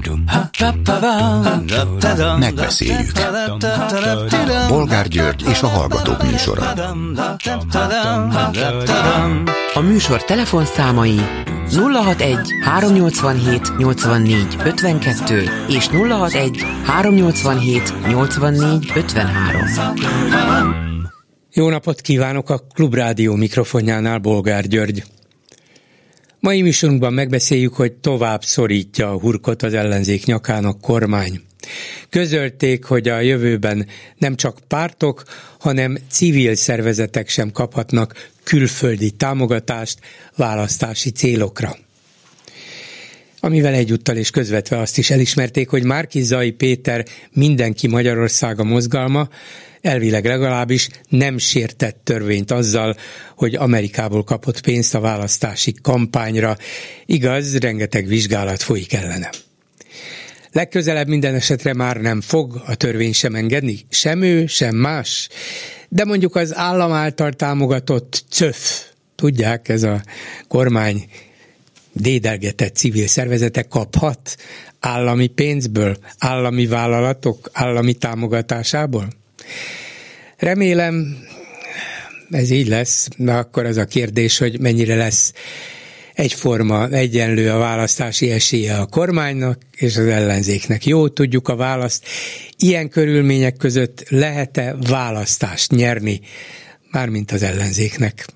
Megbeszéljük. Bolgár György és a Hallgatók műsora. A műsor telefonszámai 061 387 84 52 és 061 387 84 53. Jó napot kívánok, a Klubrádió mikrofonjánál Bolgár György. Mai műsorunkban megbeszéljük, hogy tovább szorítja a hurkot az ellenzék nyakán a kormány. Közölték, hogy a jövőben nem csak pártok, hanem civil szervezetek sem kaphatnak külföldi támogatást választási célokra. Amivel egyúttal és közvetve azt is elismerték, hogy Márki-Zay Péter Mindenki Magyarországa mozgalma elvileg legalábbis nem sértett törvényt azzal, hogy Amerikából kapott pénzt a választási kampányra. Igaz, rengeteg vizsgálat folyik ellene. Legközelebb minden esetre már nem fog a törvény sem engedni, sem ő, sem más. De mondjuk az állam által támogatott CÖF, tudják, ez a kormány dédelgetett civil szervezetek kaphat állami pénzből, állami vállalatok állami támogatásából? Remélem, ez így lesz, de akkor az a kérdés, hogy mennyire lesz egyforma, egyenlő a választási esélye a kormánynak és az ellenzéknek. Jó, tudjuk a választ. Ilyen körülmények között lehet-e választást nyerni, mármint az ellenzéknek?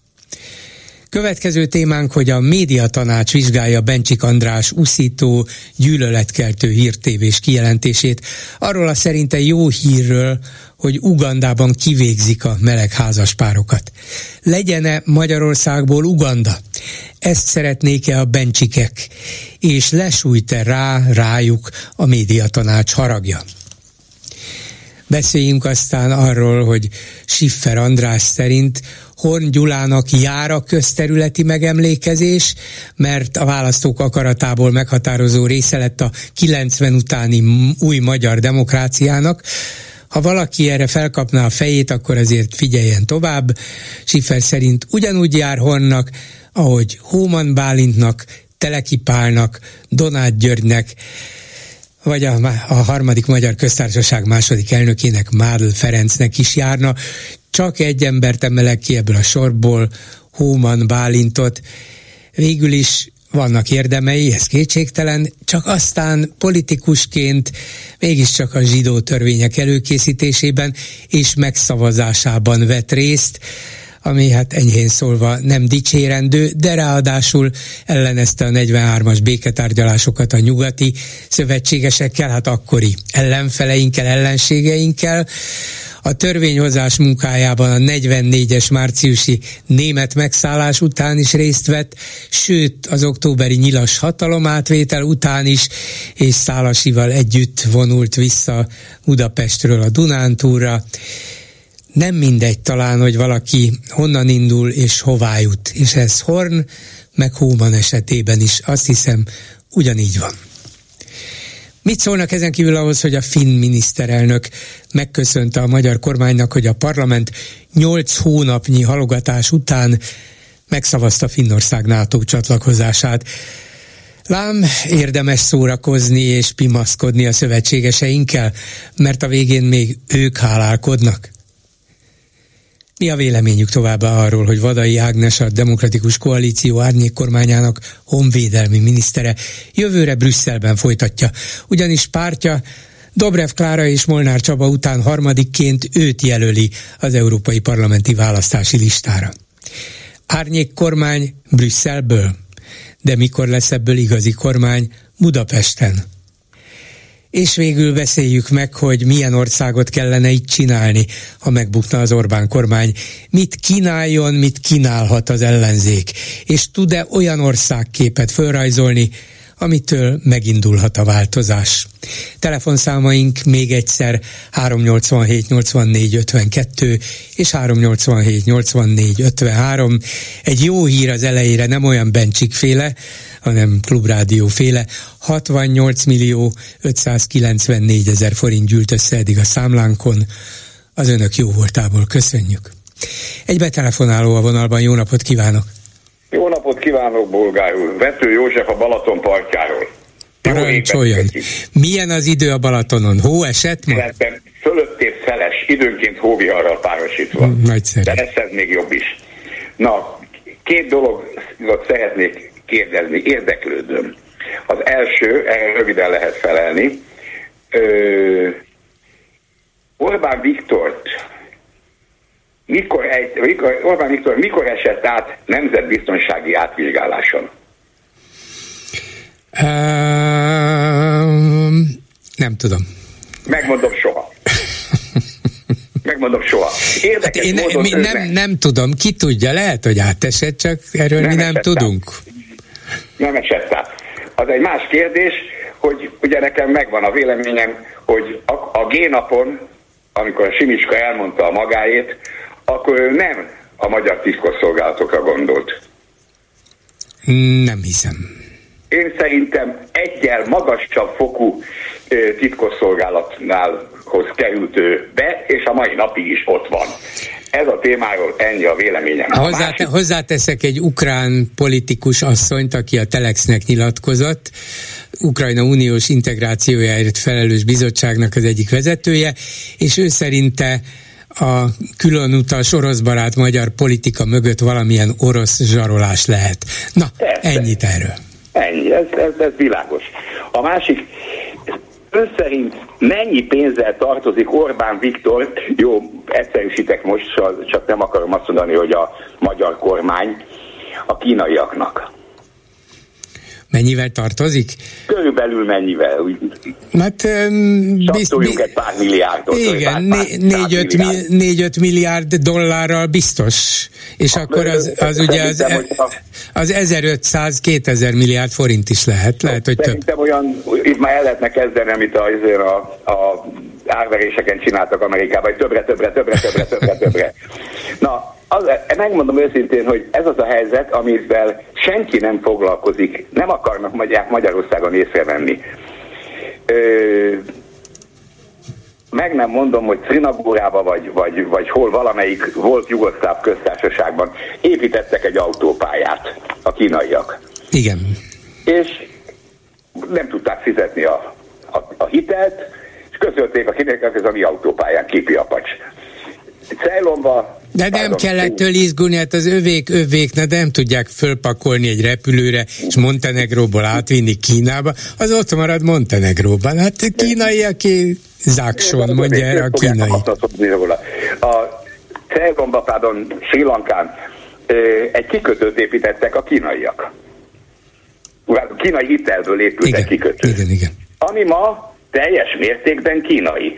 Következő témánk, hogy a médiatanács vizsgálja Bencsik András uszító, gyűlöletkeltő hírtévés kijelentését arról a szerinte jó hírről, hogy Ugandában kivégzik a meleg házaspárokat. Legyen-e Magyarországból Uganda? Ezt szeretnék-e a Bencsikek? És lesújt-e rájuk a médiatanács haragja? Beszéljünk aztán arról, hogy Schiffer András szerint Horn Gyulának jár a közterületi megemlékezés, mert a választók akaratából meghatározó része lett a 90 utáni új magyar demokráciának. Ha valaki erre felkapná a fejét, akkor azért figyeljen tovább. Schiffer szerint ugyanúgy jár Hornnak, ahogy Hóman Bálintnak, Teleki Pálnak, Donát Györgynek, vagy a harmadik Magyar Köztársaság második elnökének, Mádl Ferencnek is járna. Csak egy embert emelek ki ebből a sorból, Hóman Bálintot. Végül is vannak érdemei, ez kétségtelen, csak aztán politikusként mégiscsak a zsidó törvények előkészítésében és megszavazásában vett részt, ami hát enyhén szólva nem dicsérendő, de ráadásul ellenezte a 43-as béketárgyalásokat a nyugati szövetségesekkel, hát akkori ellenfeleinkkel, ellenségeinkkel. A törvényhozás munkájában a 44-es márciusi német megszállás után is részt vett, sőt az októberi nyilas hatalomátvétel után is, és Szálasival együtt vonult vissza Budapestről a Dunántúlra. Nem mindegy talán, hogy valaki honnan indul és hová jut, és ez Horn meg Hóman esetében is, azt hiszem, ugyanígy van. Mit szólnak ezen kívül ahhoz, hogy a finn miniszterelnök megköszönte a magyar kormánynak, hogy a parlament 8 hónapnyi halogatás után megszavazta Finnország NATO csatlakozását. Lám, érdemes szórakozni és pimaszkodni a szövetségeseinkkel, mert a végén még ők hálálkodnak. Mi a véleményük továbbá arról, hogy Vadai Ágnes, a Demokratikus Koalíció árnyékkormányának honvédelmi minisztere jövőre Brüsszelben folytatja, ugyanis pártja Dobrev Klára és Molnár Csaba után harmadikként őt jelöli az európai parlamenti választási listára. Árnyékkormány Brüsszelből, de mikor lesz ebből igazi kormány Budapesten? És végül beszéljük meg, hogy milyen országot kellene itt csinálni, ha megbukna az Orbán kormány. Mit kínáljon, mit kínálhat az ellenzék, és tud-e olyan országképet fölrajzolni, amitől megindulhat a változás. Telefonszámaink még egyszer 387 84 52 és 387 84 53. Egy jó hír az elejére, nem olyan Bencsik féle, hanem Klubrádió féle. 68 millió 594 000 forint gyűlt össze eddig a számlánkon. Az önök jó voltából köszönjük. Egy betelefonáló a vonalban, jó napot kívánok! Jó napot kívánok, Bolgár úr! Vető József a Balaton partjáról. Parancsoljon. Milyen az idő a Balatonon? Hó esett ma? Fölött és szeles, időnként hóviharral párosítva. Nagyszerű. De lesz ez még jobb is. Na, 2 dologot szeretnék kérdezni, érdeklődöm. Az első, erre röviden lehet felelni. Orbán Viktor mikor esett át nemzetbiztonsági átvizsgáláson? Nem tudom. Megmondom soha. Érdekes módon nem tudom, ki tudja, lehet, hogy átesett, csak erről mi nem tudunk. Nem esett át. Az egy más kérdés, hogy ugye nekem megvan a véleményem, hogy a G-napon, amikor Simicska elmondta a magáét, akkor ő nem a magyar titkosszolgálatokra gondolt. Nem hiszem. Én szerintem egyel magasabb fokú titkosszolgálatnálhoz került ő be, és a mai napig is ott van. Ez a témáról ennyi a véleményem. Hozzáteszek egy ukrán politikus asszonyt, aki a Telexnek nyilatkozott, Ukrajna uniós integrációjáért felelős bizottságnak az egyik vezetője, és ő szerinte a különutas oroszbarát magyar politika mögött valamilyen orosz zsarolás lehet. Na, persze. Ennyit erről. Ennyi, ez világos. A másik, ön szerint mennyi pénzzel tartozik Orbán Viktor, jó, egyszerűsítek most, csak nem akarom azt mondani, hogy a magyar kormány, a kínaiaknak? Mennyivel tartozik? Körülbelül mennyivel? Hát csatoljunk egy pár milliárdot. Igen, 4-5 milliárd dollárral biztos. És akkor az ugye az 1500-2000 milliárd forint is lehet hogy több. Szerintem olyan, itt már el lehetne kezdeni, amit a árveréseken csináltak Amerikában, hogy többre. Na, megmondom őszintén, hogy ez az a helyzet, amivel senki nem foglalkozik, nem akarnak Magyarországon észrevenni. Meg nem mondom, hogy Trinagórába vagy hol valamelyik volt jugoszláv köztársaságban építettek egy autópályát a kínaiak. Igen. És nem tudták fizetni a hitelt, és közölték a kínaiak, ez a mi autópályán, Kipiapacs. Ceylonba. De nem kell ettől izgulni, hát az övék, de nem tudják fölpakolni egy repülőre, és Montenegróból átvinni Kínába, az ott marad Montenegróban. Hát kínai, aki zákson, mondja erre a kínai. A Ceylonba, Sri Lankán egy kikötőt építettek a kínaiak. A kínai hitelből épült egy kikötő. Igen. Ami ma teljes mértékben kínai.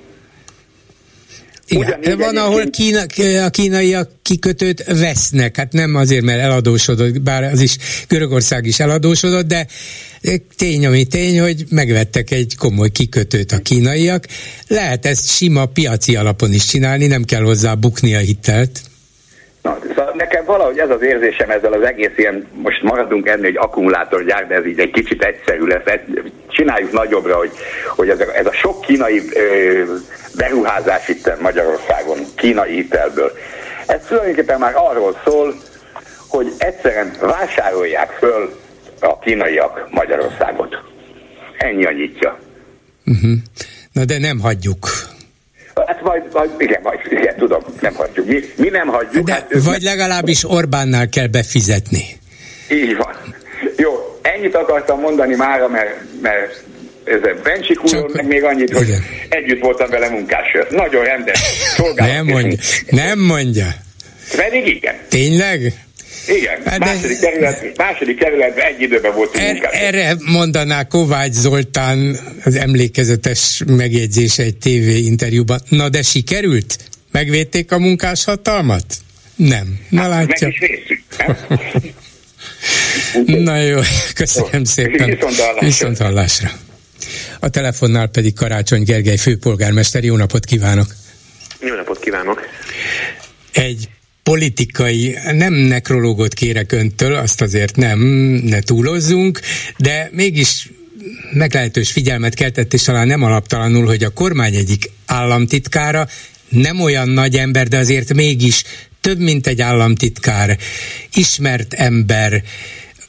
Igen, van, ahol a kínaiak kikötőt vesznek, hát nem azért, mert eladósodott, bár az is Görögország is eladósodott, de tény, ami tény, hogy megvettek egy komoly kikötőt a kínaiak. Lehet ezt sima piaci alapon is csinálni, nem kell hozzá bukni a hitelt. Na, szóval nekem valahogy ez az érzésem ezzel az egész ilyen, most maradunk ennél egy akkumulátorgyár, de ez így egy kicsit egyszerű lesz. Csináljuk nagyobbra, hogy ez a sok kínai beruházás itt Magyarországon, kínai hitelből. Ez tulajdonképpen már arról szól, hogy egyszerűen vásárolják föl a kínaiak Magyarországot. Ennyi a nyitja. Uh-huh. Na de nem hagyjuk. Hát igen, tudom, nem hagyjuk. Mi nem hagyjuk. De vagy legalábbis Orbánnál kell befizetni. Így van. Jó, ennyit akartam mondani mára, mert ez a Bencsik úrról, meg még annyit, igen, hogy együtt voltam vele munkással. Nagyon rendes. Nem mondja. Pedig igen. Tényleg? Igen, második kerületben egy időben voltunk munkással. Erre mondaná Kovács Zoltán az emlékezetes megjegyzése egy TV interjúban. Na de sikerült? Megvédték a munkáshatalmat? Nem. Na látja. Meg is vészük, Na jó, köszönöm szépen. Viszont hallásra. A telefonnál pedig Karácsony Gergely főpolgármester. Jó napot kívánok! Jó napot kívánok! Egy politikai, nem nekrológot kérek öntől, azt azért ne túlozzunk, de mégis meglehetős figyelmet keltett, és talán nem alaptalanul, hogy a kormány egyik államtitkára nem olyan nagy ember, de azért mégis több, mint egy államtitkár, ismert ember,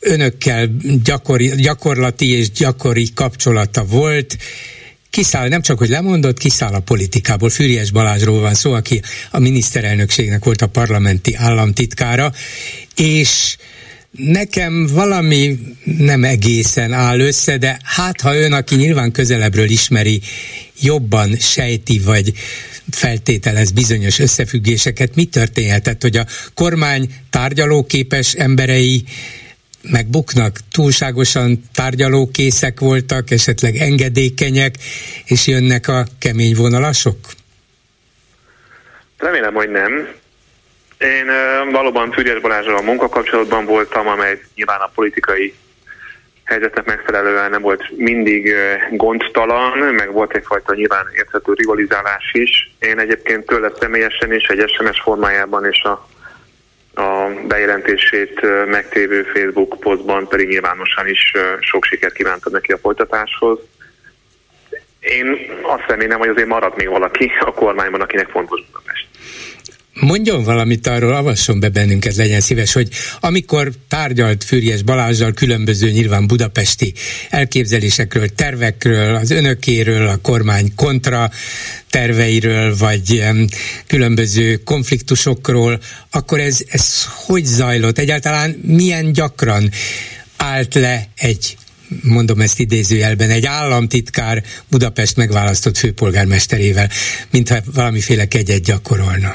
önökkel gyakorlati és gyakori kapcsolata volt. Kiszáll, nem csak, hogy lemondott, kiszáll a politikából. Füriyes Balázsról van szó, aki a miniszterelnökségnek volt a parlamenti államtitkára, és nekem valami nem egészen áll össze, de hát ha ön, aki nyilván közelebbről ismeri, jobban sejti, vagy feltételez bizonyos összefüggéseket, mi történhetett, hogy a kormány tárgyalóképes emberei megbuknak, túlságosan tárgyalókészek voltak, esetleg engedékenyek, és jönnek a kemény vonalasok? Remélem, hogy nem. Én valóban Füriyes Balázsral a munkakapcsolatban voltam, amely nyilván a politikai helyzetnek megfelelően nem volt mindig gondtalan, meg volt egyfajta nyilván érthető rivalizálás is. Én egyébként tőle személyesen is, egy SMS formájában és a bejelentését megtévő Facebook posztban pedig nyilvánosan is sok sikert kívántam neki a folytatáshoz. Én azt remélem, hogy azért marad még valaki a kormányban, akinek fontos Budapest. Mondjon valamit arról, avasson be bennünket, legyen szíves, hogy amikor tárgyalt Füriyes Balázsral különböző nyilván budapesti elképzelésekről, tervekről, az önökéről, a kormány kontra terveiről, vagy különböző konfliktusokról, akkor ez hogy zajlott? Egyáltalán milyen gyakran állt le mondom ezt idézőjelben, egy államtitkár Budapest megválasztott főpolgármesterével, mintha valamiféle kegyet gyakorolna?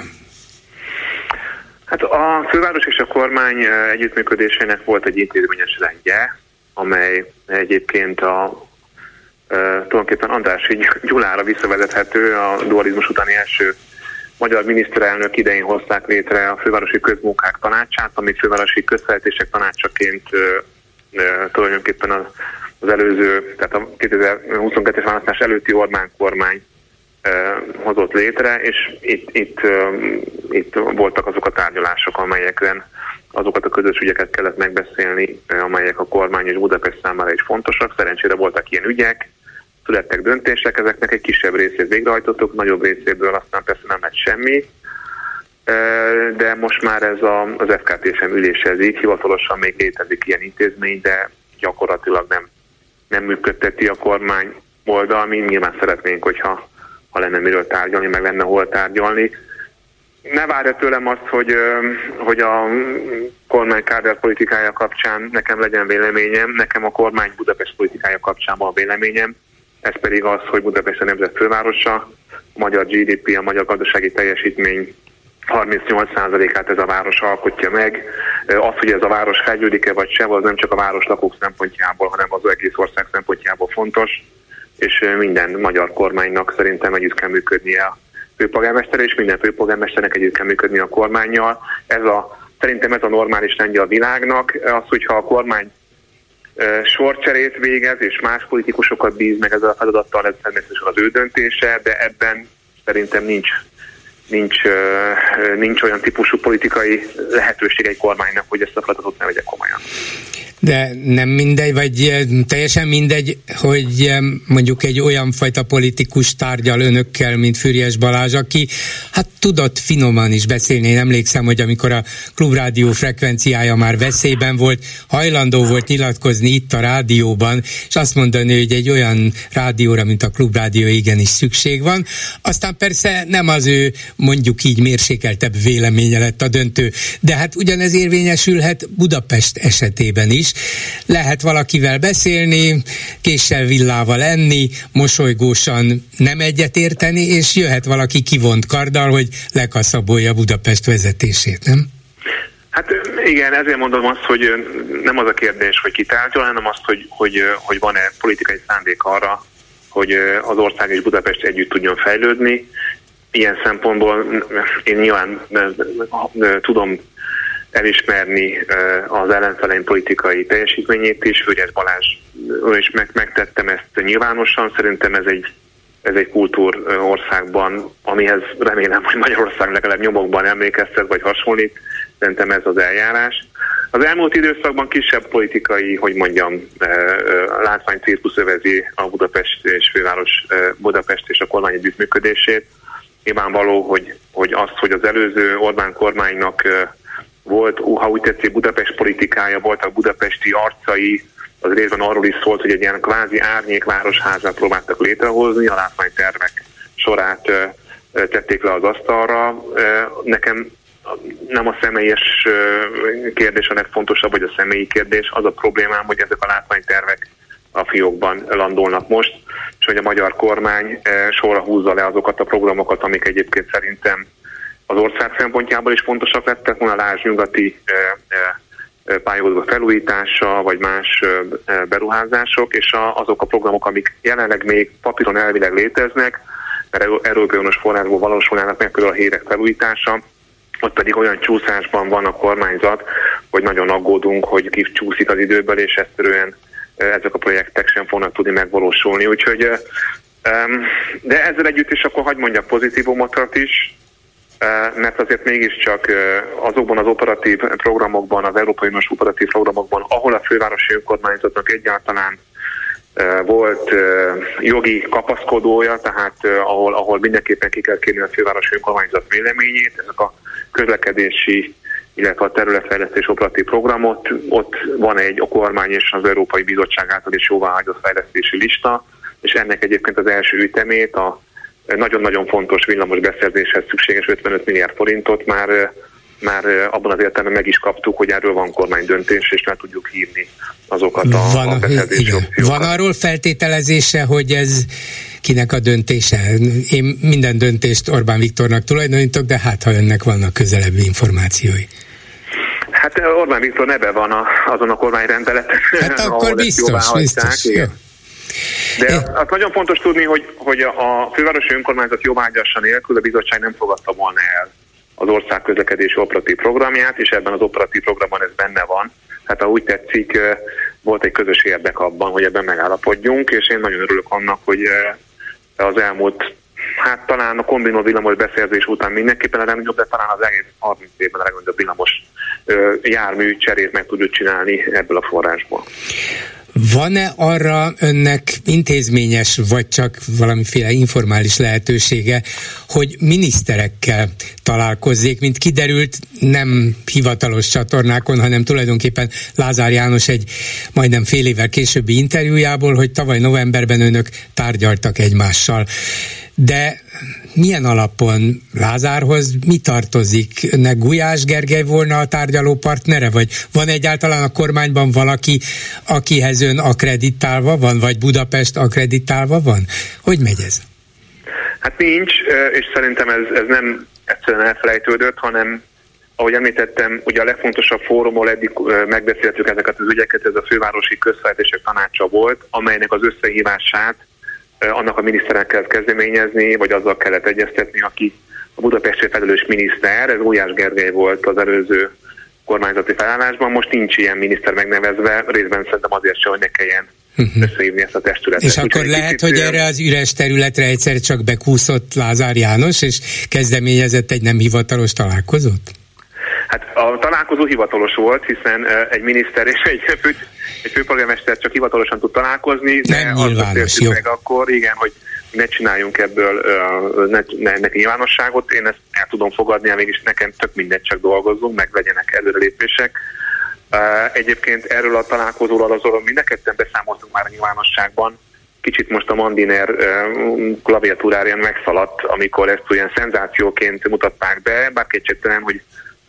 Hát a főváros és a kormány együttműködésének volt egy intézményes rendje, amely egyébként tulajdonképpen Andrássy Gyulára visszavezethető. A dualizmus utáni első magyar miniszterelnök idején hozták létre a Fővárosi Közmunkák Tanácsát, ami fővárosi közfejlesztések tanácsaként tulajdonképpen az előző, tehát a 2022-es választás előtti Orbán kormány hozott létre, és itt voltak azok a tárgyalások, amelyekben azokat a közös ügyeket kellett megbeszélni, amelyek a kormány és Budapest számára is fontosak. Szerencsére voltak ilyen ügyek, születtek döntések, ezeknek egy kisebb részét végrehajtottuk, nagyobb részéből aztán persze nem lett semmi, de most már ez az FKT sem ülésezik, hivatalosan még létezik ilyen intézmény, de gyakorlatilag nem működteti a kormány oldal. Mi nyilván szeretnénk, hogyha lenne miről tárgyalni, meg lenne hol tárgyalni. Ne várja tőlem azt, hogy a kormány Kádár politikája kapcsán nekem legyen véleményem, nekem a kormány Budapest politikája kapcsán van véleményem, ez pedig az, hogy Budapest a nemzet fővárosa, a magyar GDP, a magyar gazdasági teljesítmény 38%-át ez a város alkotja meg. Az, hogy ez a város fejlődik-e vagy sem, az nem csak a városlakók szempontjából, hanem az egész ország szempontjából fontos, és minden magyar kormánynak szerintem együtt kell működnie a főpolgármestere, és minden főpolgármesternek együtt kell működnie a kormánnyal. Szerintem ez a normális rendje a világnak. Az, hogyha a kormány sorcserét végez, és más politikusokat bíz meg ezzel a feladattal, ez természetesen az ő döntése, de ebben szerintem nincs olyan típusú politikai lehetőség egy kormánynak, hogy ezt a feladatot ne vegye komolyan. De nem mindegy, vagy teljesen mindegy, hogy mondjuk egy olyan fajta politikus tárgyal önökkel, mint Füriyes Balázs, aki hát tudott finoman is beszélni. Én emlékszem, hogy amikor a Klubrádió frekvenciája már veszélyben volt, hajlandó volt nyilatkozni itt a rádióban, és azt mondani, hogy egy olyan rádióra, mint a Klubrádió igenis szükség van. Aztán persze nem az ő mondjuk így mérsékeltebb véleménye lett a döntő, de hát ugyanez érvényesülhet Budapest esetében is. Lehet valakivel beszélni, késsel villával enni, mosolygósan nem egyetérteni, és jöhet valaki kivont karddal, hogy lekaszabolja Budapest vezetését, nem? Hát igen, ezért mondom azt, hogy nem az a kérdés, hogy ki tárgyal, hanem azt, hogy van-e politikai szándék arra, hogy az ország és Budapest együtt tudjon fejlődni. Ilyen szempontból én nyilván tudom elismerni az ellenfeleim politikai teljesítményét is, Füriyes Balázs is megtettem ezt nyilvánosan. Szerintem ez egy kultúrországban, amihez remélem, hogy Magyarország legalább nyomokban emlékeztet, vagy hasonlít, szerintem ez az eljárás. Az elmúlt időszakban kisebb politikai, látványcirkusz övezi a Budapest és főváros Budapest és a kormány együttműködését. Nyilvánvaló, hogy az, hogy az előző Orbán kormánynak volt, ha úgy tetszik, Budapest politikája, voltak budapesti arcai, az részben arról is szólt, hogy egy ilyen kvázi árnyékvárosházat próbáltak létrehozni, a látványtervek sorát tették le az asztalra. Nekem nem a személyes kérdés a legfontosabb, vagy a személyi kérdés, az a problémám, hogy ezek a látványtervek a fiókban landolnak most, és hogy a magyar kormány sorra húzza le azokat a programokat, amik egyébként szerintem az ország szempontjából is fontosak lettek volna, lásd nyugati pályaudvar felújítása, vagy más beruházások, és azok a programok, amik jelenleg még papíron elvileg léteznek, mert Európai Uniós forrásból valósulnának meg, például a hírek felújítása, ott pedig olyan csúszásban van a kormányzat, hogy nagyon aggódunk, hogy kicsúszik az időből, és egyszerűen ezek a projektek sem fognak tudni megvalósulni. Úgyhogy, de ezzel együtt is akkor hadd mondjak pozitívumokat is, mert azért mégiscsak azokban az operatív programokban, az Európai Uniós operatív programokban, ahol a fővárosi önkormányzatnak egyáltalán volt jogi kapaszkodója, tehát ahol mindenképpen ki kell kérni a fővárosi önkormányzat véleményét, ezek a közlekedési, illetve a területfejlesztés operatív programot, ott van a kormány és az Európai Bizottság által is jóváhagyott fejlesztési lista, és ennek egyébként az első ütemét, a nagyon-nagyon fontos villamos beszerzéshez szükséges 55 milliárd forintot már abban az értelemben meg is kaptuk, hogy erről van kormány döntés, és meg tudjuk hívni azokat a beszerzési opciókat. Van arról feltételezése, hogy ez kinek a döntése? Én minden döntést Orbán Viktornak tulajdonítok, de hát ha önnek vannak közelebbi információi. Hát Orbán Viktor neve van azon a kormányrendeletet. Hát akkor biztos. De azt nagyon fontos tudni, hogy a fővárosi önkormányzat jóváhagyása nélkül a bizottság nem fogadta volna el az ország közlekedési operatív programját, és ebben az operatív programban ez benne van. Hát ha úgy tetszik, volt egy közös érdek abban, hogy ebben megállapodjunk, és én nagyon örülök annak, hogy az elmúlt, hát talán a kombinó villamos beszerzés után mindenképpen a legnagyobb, de talán az egész 30 évben a legnagyobb villamos jármű cserét meg tudjuk csinálni ebből a forrásból. Van-e arra önnek intézményes, vagy csak valamiféle informális lehetősége, hogy miniszterekkel találkozzék, mint kiderült, nem hivatalos csatornákon, hanem tulajdonképpen Lázár János egy majdnem fél évvel későbbi interjújából, hogy tavaly novemberben önök tárgyaltak egymással. De milyen alapon Lázárhoz mi tartozik? Ne Gulyás Gergely volna a tárgyaló partnere? Vagy van egyáltalán a kormányban valaki, akihez ön akkreditálva van? Vagy Budapest akkreditálva van? Hogy megy ez? Hát nincs, és szerintem ez nem egyszerűen elfelejtődött, hanem ahogy említettem, ugye a legfontosabb fórumon eddig megbeszéltük ezeket az ügyeket, ez a fővárosi közfejlesztések tanácsa volt, amelynek az összehívását annak a miniszternek kellett kezdeményezni, vagy azzal kellett egyeztetni, aki a budapesti felelős miniszter, ez Gulyás Gergely volt az előző kormányzati felállásban, most nincs ilyen miniszter megnevezve, részben szerintem azért sem, hogy ne kelljen összehívni ezt a testületet. És akkor lehet, hogy erre az üres területre egyszer csak bekúszott Lázár János, és kezdeményezett egy nem hivatalos találkozót? Hát a találkozó hivatalos volt, hiszen egy miniszter és egy főpolgármester csak hivatalosan tud találkozni, de azt beszéltük meg akkor, igen, hogy ne csináljunk ebből neki nyilvánosságot, én ezt el tudom fogadni, mégis nekem tök mindegy, csak dolgozzunk, meg legyenek előrelépések. Egyébként erről a találkozóról azonban mind a ketten beszámoltunk már a nyilvánosságban, kicsit most a Mandiner klaviatúráján megszaladt, amikor ezt olyan szenzációként mutatták be, bár kétségtelen, hogy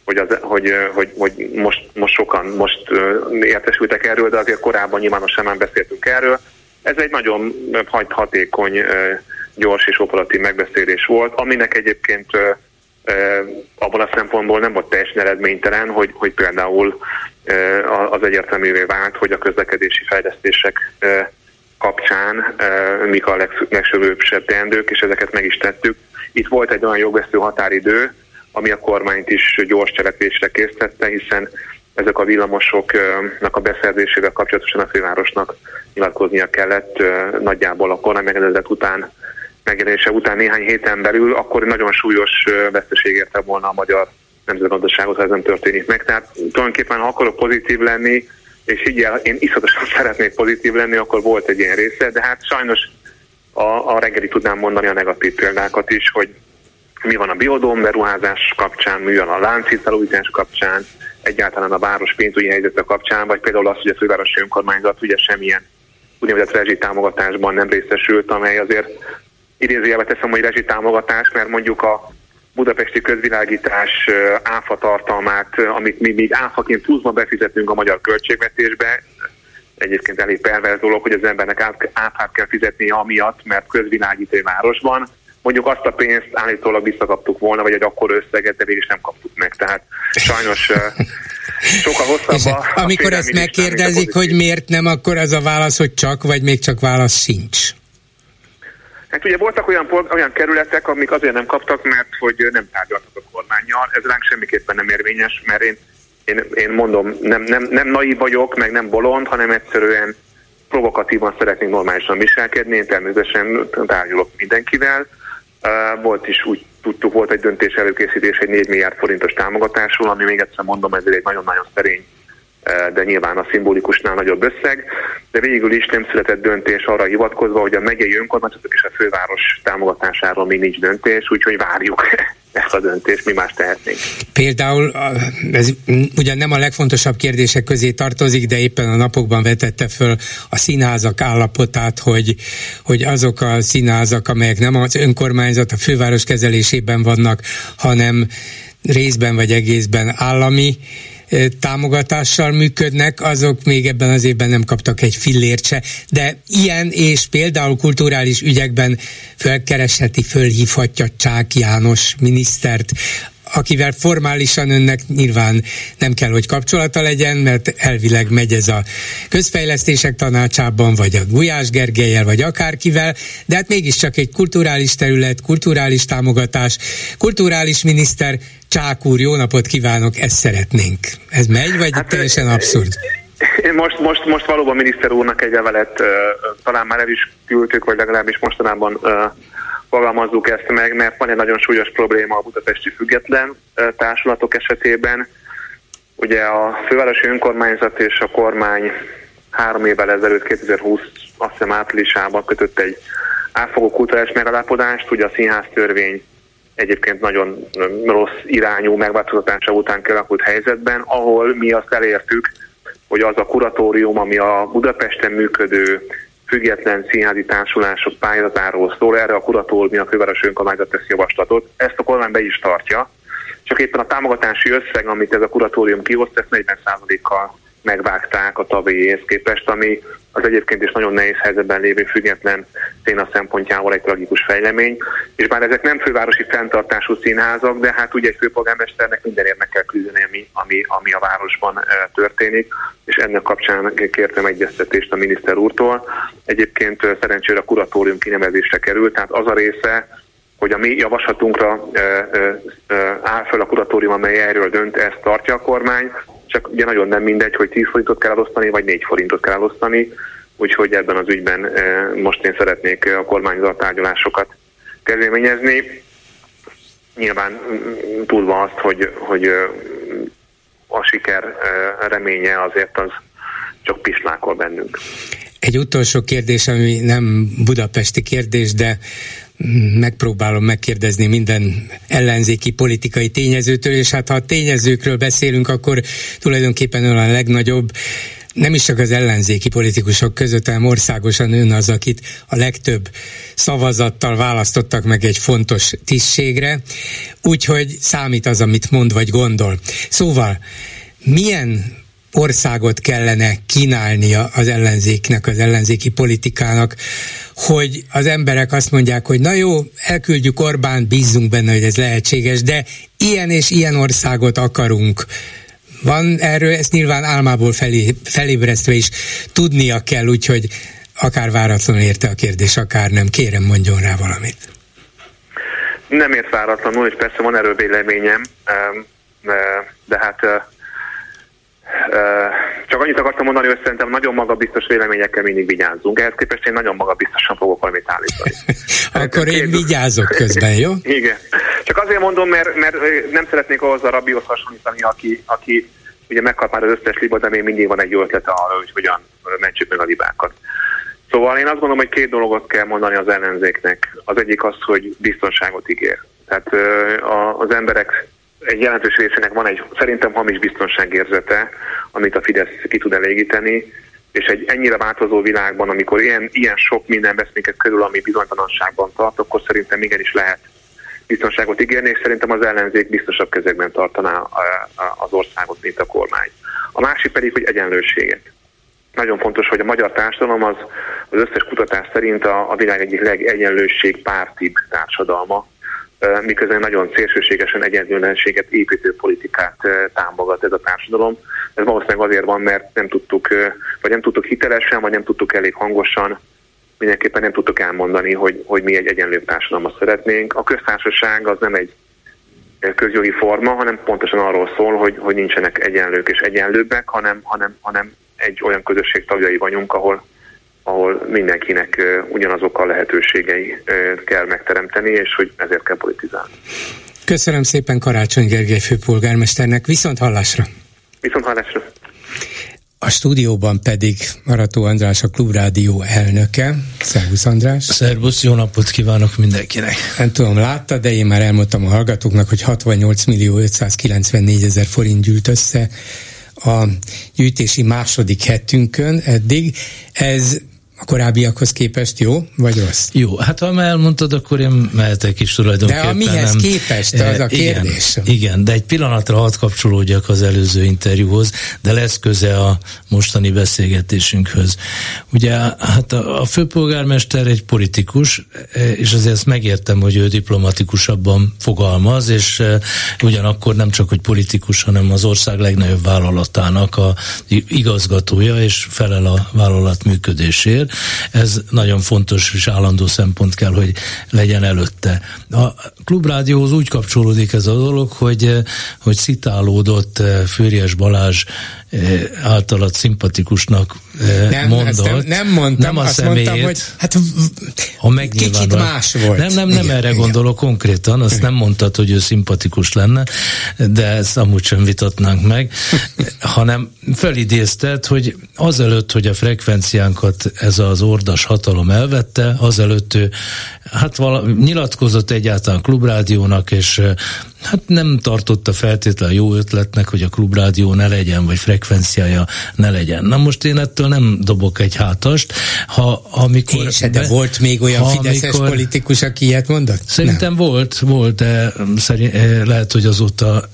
most sokan értesültek erről, de azért korábban nyilvánosan már beszéltünk erről. Ez egy nagyon hatékony, gyors és operatív megbeszélés volt, aminek egyébként abban a szempontból nem volt teljesen eredménytelen, hogy például az egyértelművé vált, hogy a közlekedési fejlesztések kapcsán mik a legsőbb teendők, és ezeket meg is tettük. Itt volt egy olyan jogvesztő határidő, ami a kormányt is gyors cselekvésre késztette, hiszen ezek a villamosoknak a beszerzésével kapcsolatosan a fővárosnak nyilatkoznia kellett nagyjából a kormány megjelenése után néhány héten belül, akkor nagyon súlyos veszteség érte volna a magyar nemzetgazdaságot, ha ez nem történik meg. Tehát tulajdonképpen, ha akarok pozitív lenni, és higgyel, én iszonyatosan szeretnék pozitív lenni, akkor volt egy ilyen része, de hát sajnos a reggeli tudnám mondani a negatív példákat is, hogy mi van a biodóm beruházás kapcsán, mi van a láncít felújítás kapcsán, egyáltalán a város pénzügyi helyzete kapcsán, vagy például az, hogy a fővárosi önkormányzat ugye semmilyen úgynevezett rezsitámogatásban nem részesült, amely azért idézőjelbe teszem, hogy rezsitámogatás, mert mondjuk a budapesti közvilágítás áfa tartalmát, amit mi még áfaként pluszban befizetünk a magyar költségvetésbe, egyébként elég perverz dolog, hogy az embernek áfát kell fizetnie amiatt, mert közvilágító városban. Mondjuk azt a pénzt állítólag visszakaptuk volna, vagy egy akkora összeget, de mégis nem kaptuk meg. Tehát sajnos sokkal hosszabb a amikor ezt megkérdezik, hogy miért nem, akkor az a válasz, hogy csak, vagy még csak válasz sincs. Hát ugye voltak olyan kerületek, amik azért nem kaptak, mert hogy nem tárgyaltak a kormánnyal. Ez ránk semmiképpen nem érvényes, mert én mondom, nem naív vagyok, meg nem bolond, hanem egyszerűen provokatívan szeretnénk normálisan viselkedni. Én természetesen tárgyalok mindenkivel. Volt is, úgy tudtuk, volt egy döntés előkészítés egy 4 milliárd forintos támogatásról, ami még egyszer mondom, ez egy nagyon-nagyon szerény, de nyilván a szimbolikusnál nagyobb összeg, de végül is nem született döntés arra hivatkozva, hogy a megyei önkormányzatok és a főváros támogatásáról még nincs döntés, úgyhogy várjuk ezt a döntést, mi más tehetnénk. Például, ez ugyan nem a legfontosabb kérdések közé tartozik, de éppen a napokban vetette föl a színházak állapotát, hogy azok a színházak, amelyek nem az önkormányzat, a főváros kezelésében vannak, hanem részben vagy egészben állami támogatással működnek, azok még ebben az évben nem kaptak egy fillért se, de ilyen és például kulturális ügyekben fölhívhatja Csák János minisztert, akivel formálisan önnek nyilván nem kell, hogy kapcsolata legyen, mert elvileg megy ez a közfejlesztések tanácsában, vagy a Gulyás Gergellyel, vagy akárkivel, de hát mégiscsak egy kulturális terület, kulturális támogatás, kulturális miniszter. Csák úr, jó napot kívánok, ezt szeretnénk. Ez megy, vagy hát, teljesen abszurd? Most valóban miniszter úrnak egy levelet talán már el is küldtük, vagy legalábbis mostanában fogalmazzuk ezt meg, mert van egy nagyon súlyos probléma a budapesti független társulatok esetében. Ugye a fővárosi önkormányzat és a kormány 3 évvel ezelőtt, 2020 azt hiszem áprilisában kötött egy átfogó kulturális megállapodást, ugye a színháztörvény egyébként nagyon rossz irányú megváltoztatása után kialakult helyzetben, ahol mi azt elértük, hogy az a kuratórium, ami a Budapesten működő független színházi társulások pályázatáról szól, erre a kuratórium, a fővárosi önkormányzat tesz javaslatot. Ezt a kormány be is tartja, csak éppen a támogatási összeg, amit ez a kuratórium kioszt, ezt 40%-kal megvágták a tavalyihez képest, ami az egyébként is nagyon nehéz helyzetben lévő független színház szempontjából egy tragikus fejlemény. És bár ezek nem fővárosi fenntartású színházak, de hát ugye egy főpolgármesternek mindenért meg kell küzdeni, ami a városban történik, és ennek kapcsán kértem egyeztetést a miniszter úrtól. Egyébként szerencsére a kuratórium kinevezésre került, tehát az a része, hogy a mi javaslatunkra áll föl a kuratórium, amely erről dönt, ezt tartja a kormány, csak ugye nagyon nem mindegy, hogy 10 forintot kell elosztani, vagy 4 forintot kell elosztani, úgyhogy ebben az ügyben most én szeretnék a kormányzat tárgyalásokat kezdeményezni. Nyilván tudva azt, hogy a siker reménye azért az csak pislákol bennünk. Egy utolsó kérdés, ami nem budapesti kérdés, de megpróbálom megkérdezni minden ellenzéki politikai tényezőtől, és hát ha a tényezőkről beszélünk, akkor tulajdonképpen ön a legnagyobb, nem is csak az ellenzéki politikusok között, hanem országosan ön az, akit a legtöbb szavazattal választottak meg egy fontos tisztségre, úgyhogy számít az, amit mond vagy gondol. Szóval, milyen országot kellene kínálnia az ellenzéknek, az ellenzéki politikának, hogy az emberek azt mondják, hogy na jó, elküldjük Orbánt, bízzunk benne, hogy ez lehetséges, de ilyen és ilyen országot akarunk. Van erről, ezt nyilván álmából felébresztve is tudnia kell, úgyhogy akár váratlanul érte a kérdés, akár nem. Kérem, mondjon rá valamit. Nem ért váratlanul, és persze van erről véleményem, de hát csak annyit akartam mondani, hogy szerintem nagyon magabiztos véleményekkel mindig vigyázzunk. Ehhez képest én nagyon magabiztosan fogok valamit állítani. Akkor én vigyázok közben, jó? Igen. Csak azért mondom, mert nem szeretnék ahhoz a Rabihoz hasonlítani, aki ugye megkap már az összes liba, de még mindig van egy ötlete arra, hogy hogyan mentsük meg a libákat. Szóval én azt gondolom, hogy 2 dolgot kell mondani az ellenzéknek. Az egyik az, hogy biztonságot ígér. Tehát az emberek egy jelentős részének van egy szerintem hamis biztonságérzete, amit a Fidesz ki tud elégíteni, és egy ennyire változó világban, amikor ilyen sok minden vesz minket körül, ami bizonytalanságban tart, akkor szerintem igenis lehet biztonságot ígérni, és szerintem az ellenzék biztosabb kezekben tartaná az országot, mint a kormány. A másik pedig, hogy egyenlőséget. Nagyon fontos, hogy a magyar társadalom az összes kutatás szerint a világ egyik legegyenlőségpártibb társadalma, miközben nagyon szélsőségesen egyenlőtlenséget építő politikát támogat ez a társadalom. Ez valószínűleg azért van, mert nem tudtuk hitelesen, vagy nem tudtuk elég hangosan, mindenképpen nem tudtuk elmondani, hogy mi egy egyenlőbb társadalmat szeretnénk. A köztársaság az nem egy közjogi forma, hanem pontosan arról szól, hogy nincsenek egyenlők és egyenlőbbek, hanem egy olyan közösség tagjai vagyunk, ahol mindenkinek ugyanazok a lehetőségei kell megteremteni, és hogy ezért kell politizálni. Köszönöm szépen Karácsony Gergely főpolgármesternek, viszont hallásra! Viszont hallásra! A stúdióban pedig Arató András, a Klubrádió elnöke. Szervusz András! Szervusz, jó napot kívánok mindenkinek! Nem tudom, látta, de én már elmondtam a hallgatóknak, hogy 68.594.000 forint gyűlt össze a gyűjtési második hetünkön eddig. Ez a korábbiakhoz képest jó, vagy rossz? Jó, hát ha már elmondtad, akkor én mehetek is tulajdonképpen. De a mihez képest, az a kérdés. Igen, de egy pillanatra hadd kapcsolódjak az előző interjúhoz, de lesz köze a mostani beszélgetésünkhöz. Ugye, hát a főpolgármester egy politikus, és azért ezt megértem, hogy ő diplomatikusabban fogalmaz, és ugyanakkor nem csak, hogy politikus, hanem az ország legnagyobb vállalatának a igazgatója, és felel a vállalat működésért. Ez nagyon fontos és állandó szempont kell, hogy legyen előtte. A Klubrádióhoz úgy kapcsolódik ez a dolog, hogy citálódott Füriyes Balázs általad szimpatikusnak mondott. Nem mondtam, nem a azt személyét, mondtam, hogy hát kicsit más volt. Nem igen, erre gondolok konkrétan, azt nem mondtad, hogy ő szimpatikus lenne, de ezt amúgy sem vitatnánk meg, hanem felidézted, hogy azelőtt, hogy a frekvenciánkat ez az ordas hatalom elvette, azelőtt ő nyilatkozott egyáltalán Klubrádiónak, és hát nem tartotta feltétlenül jó ötletnek, hogy a Klubrádió ne legyen, vagy frekvenciája ne legyen. Na most én ettől nem dobok egy hátast. Amikor de volt még olyan fideszes politikus, aki ilyet mondott? Szerintem volt, de lehet, hogy azóta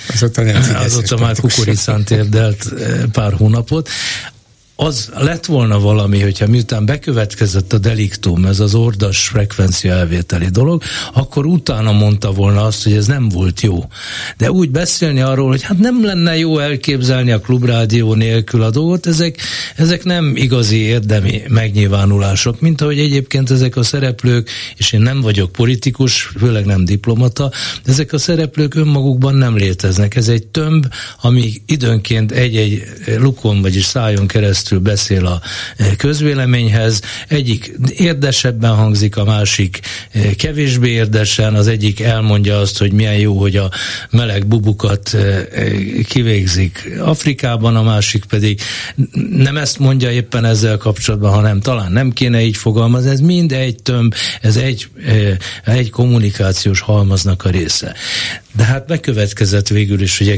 már kukoricán térdelt pár hónapot. Az lett volna valami, hogyha miután bekövetkezett a deliktum, ez az ordas frekvencia elvételi dolog, akkor utána mondta volna azt, hogy ez nem volt jó. De úgy beszélni arról, hogy hát nem lenne jó elképzelni a Klubrádió nélkül a dolgot, ezek nem igazi érdemi megnyilvánulások, mint ahogy egyébként ezek a szereplők, és én nem vagyok politikus, főleg nem diplomata, ezek a szereplők önmagukban nem léteznek. Ez egy tömb, ami időnként egy-egy lukon, vagyis szájon keresztül beszél a közvéleményhez, egyik érdesebben hangzik, a másik kevésbé érdesen, az egyik elmondja azt, hogy milyen jó, hogy a meleg bubukat kivégzik Afrikában, a másik pedig nem ezt mondja éppen ezzel kapcsolatban, hanem talán nem kéne így fogalmazni, ez mind egy tömb, ez egy kommunikációs halmaznak a része. De hát megkövetkezett végül is ugye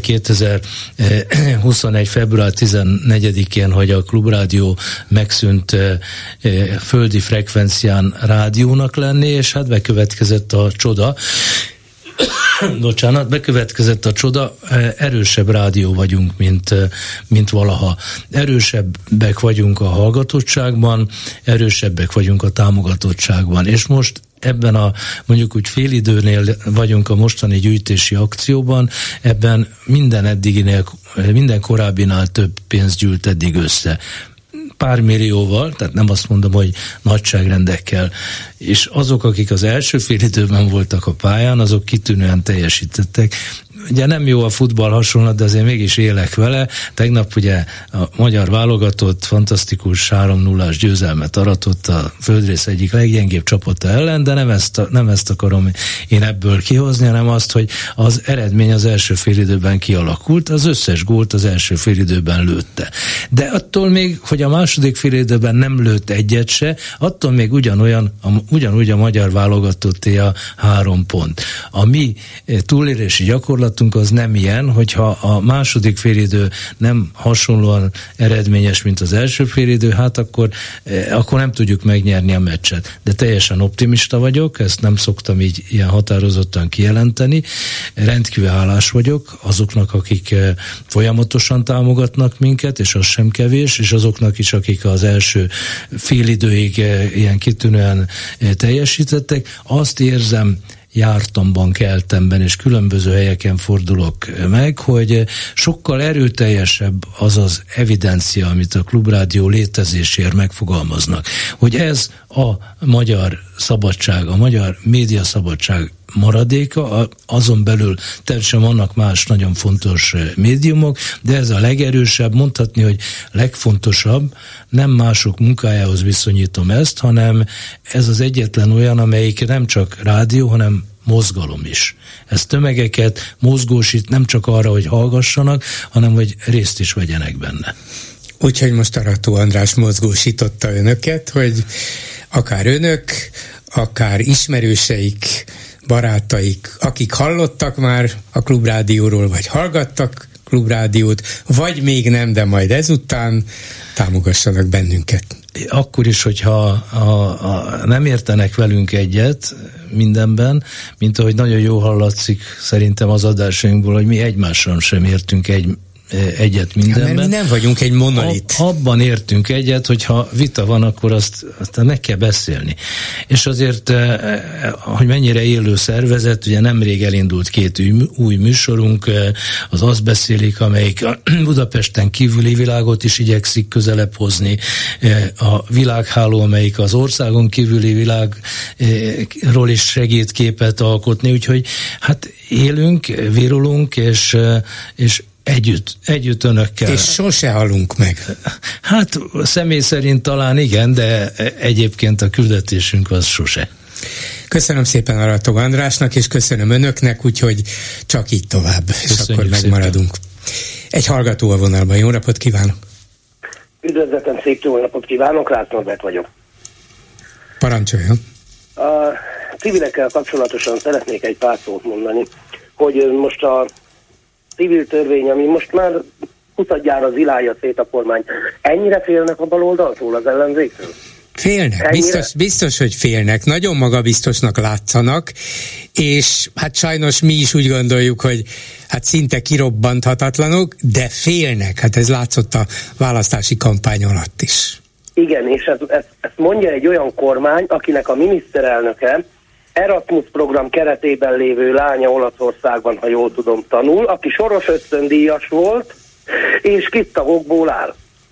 2021. február 14-én, hogy a Klubrádió megszűnt földi frekvencián rádiónak lenni, és hát bekövetkezett a csoda, bekövetkezett a csoda, erősebb rádió vagyunk, mint valaha. Erősebbek vagyunk a hallgatottságban, erősebbek vagyunk a támogatottságban, és most ebben a mondjuk úgy félidőnél vagyunk a mostani gyűjtési akcióban, ebben minden korábbinál több pénzt gyűlt eddig össze. Pár millióval, tehát nem azt mondom, hogy nagyságrendekkel, és azok, akik az első félidőben voltak a pályán, azok kitűnően teljesítettek. Ugye nem jó a futball hasonlat, de azért mégis élek vele. Tegnap ugye a magyar válogatott fantasztikus 3-0-ás győzelmet aratott a földrész egyik leggyengébb csapata ellen, de nem ezt akarom én ebből kihozni, hanem azt, hogy az eredmény az első félidőben kialakult, az összes gólt az első félidőben lőtte. De attól még, hogy a második félidőben nem lőtt egyet se, attól még ugyanúgy a magyar válogatotté a 3 pont. A mi túlélési gyakorlatunk feladatunk az nem ilyen, hogyha a második félidő nem hasonlóan eredményes, mint az első félidő, hát akkor nem tudjuk megnyerni a meccset. De teljesen optimista vagyok, ezt nem szoktam így ilyen határozottan kijelenteni. Rendkívül hálás vagyok azoknak, akik folyamatosan támogatnak minket, és az sem kevés, és azoknak is, akik az első félidőig ilyen kitűnően teljesítettek. Azt érzem, jártamban, keltemben és különböző helyeken fordulok meg, hogy sokkal erőteljesebb az az evidencia, amit a Klubrádió létezéséért megfogalmaznak, hogy ez a magyar szabadság, a magyar médiaszabadság maradéka, azon belül természetesen vannak más nagyon fontos médiumok, de ez a legerősebb, mondhatni, hogy legfontosabb, nem mások munkájához viszonyítom ezt, hanem ez az egyetlen olyan, amelyik nem csak rádió, hanem mozgalom is. Ez tömegeket mozgósít nem csak arra, hogy hallgassanak, hanem hogy részt is vegyenek benne. Úgyhogy most Arató András mozgósította önöket, hogy akár önök, akár ismerőseik, barátaik, akik hallottak már a Klubrádióról, vagy hallgattak Klubrádiót, vagy még nem, de majd ezután támogassanak bennünket. Akkor is, hogyha nem értenek velünk egyet mindenben, mint ahogy nagyon jó hallatszik szerintem az adásainkból, hogy mi egymással sem értünk egyet mindenben. Mert mi nem vagyunk egy monolit. Abban értünk egyet, hogyha vita van, akkor azt meg kell beszélni. És azért, hogy mennyire élő szervezet, ugye nemrég elindult 2 új műsorunk, az Azt beszélik, amelyik a Budapesten kívüli világot is igyekszik közelebb hozni, a Világháló, amelyik az országon kívüli világról is segít képet alkotni, úgyhogy hát élünk, virulunk, és együtt önökkel. És sose halunk meg. Hát személy szerint talán igen, de egyébként a küldetésünk az sose. Köszönöm szépen Arató Andrásnak, és köszönöm önöknek, úgyhogy csak így tovább, köszönjük, és akkor megmaradunk. Szépen. Egy hallgató a vonalban, jó napot kívánok! Üdvözletem, szép jó napot kívánok, Rácz Norbert vagyok. Parancsoljon! A civilekkel kapcsolatosan szeretnék egy pár szót mondani, hogy most a civil törvény, ami most már 20-gyára zilálja szét a kormány, ennyire félnek a baloldaltól, az ellenzéktől? Félnek, biztos, hogy félnek, nagyon magabiztosnak látszanak, és hát sajnos mi is úgy gondoljuk, hogy hát szinte kirobbanthatatlanok, de félnek, hát ez látszott a választási kampány alatt is. Igen, és ezt mondja egy olyan kormány, akinek a miniszterelnöke Erasmus program keretében lévő lánya Olaszországban, ha jól tudom, tanul, aki soros ösztöndíjas volt, és kisztagokból áll.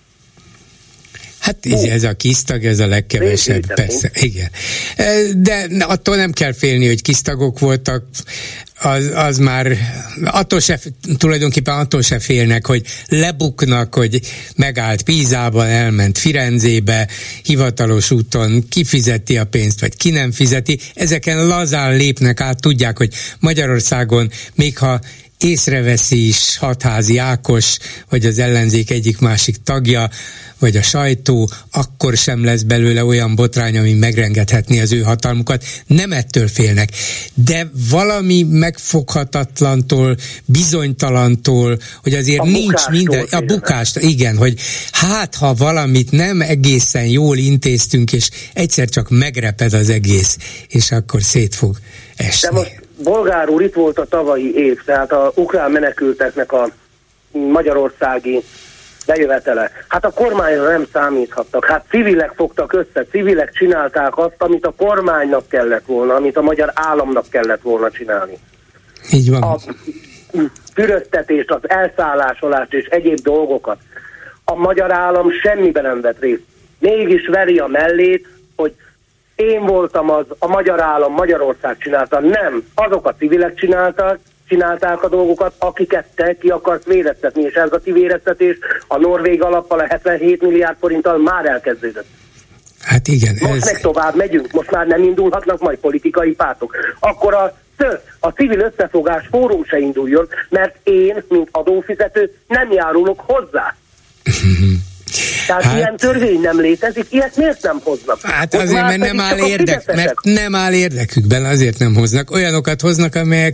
Hát ez a kisztag, ez a legkevesebb, persze, igen. De attól nem kell félni, hogy kisztagok voltak, az már tulajdonképpen attól se félnek, hogy lebuknak, hogy megállt Pízában, elment Firenzébe, hivatalos úton kifizeti a pénzt, vagy ki nem fizeti. Ezeken lazán lépnek át, tudják, hogy Magyarországon, még ha észreveszi is Hatházi Ákos, vagy az ellenzék egyik-másik tagja, vagy a sajtó, akkor sem lesz belőle olyan botrány, ami megrengethetné az ő hatalmukat. Nem ettől félnek. De valami megfoghatatlantól, bizonytalantól, hogy azért nincs minden, a bukást, igen, hogy hát ha valamit nem egészen jól intéztünk, és egyszer csak megreped az egész, és akkor szét fog esni. De most Bolgár úr, itt volt a tavalyi év, tehát a ukrán menekülteknek a magyarországi bejövetele. Hát a kormányra nem számíthattak. Hát civilek fogtak össze, civilek csinálták azt, amit a kormánynak kellett volna, amit a magyar államnak kellett volna csinálni. Így van. A türöztetést, az elszállásolást és egyéb dolgokat. A magyar állam semmiben nem vett részt. Mégis veri a mellét, hogy én voltam az, a magyar állam, Magyarország csinálta. Nem, azok a civilek csinálták a dolgokat, akiket te ki akarsz véreztetni, és ez a kivéreztetés a norvég alappal, a 77 milliárd forinttal már elkezdődött. Hát igen. Most meg tovább megyünk, most már nem indulhatnak majd politikai pártok. Akkor a civil összefogás fórum se induljon, mert én, mint adófizető, nem járulok hozzá. Tehát ilyen törvény nem létezik, ilyet miért nem hoznak? Hát azért, mert nem áll érdekükben, azért nem hoznak. Olyanokat hoznak, amelyek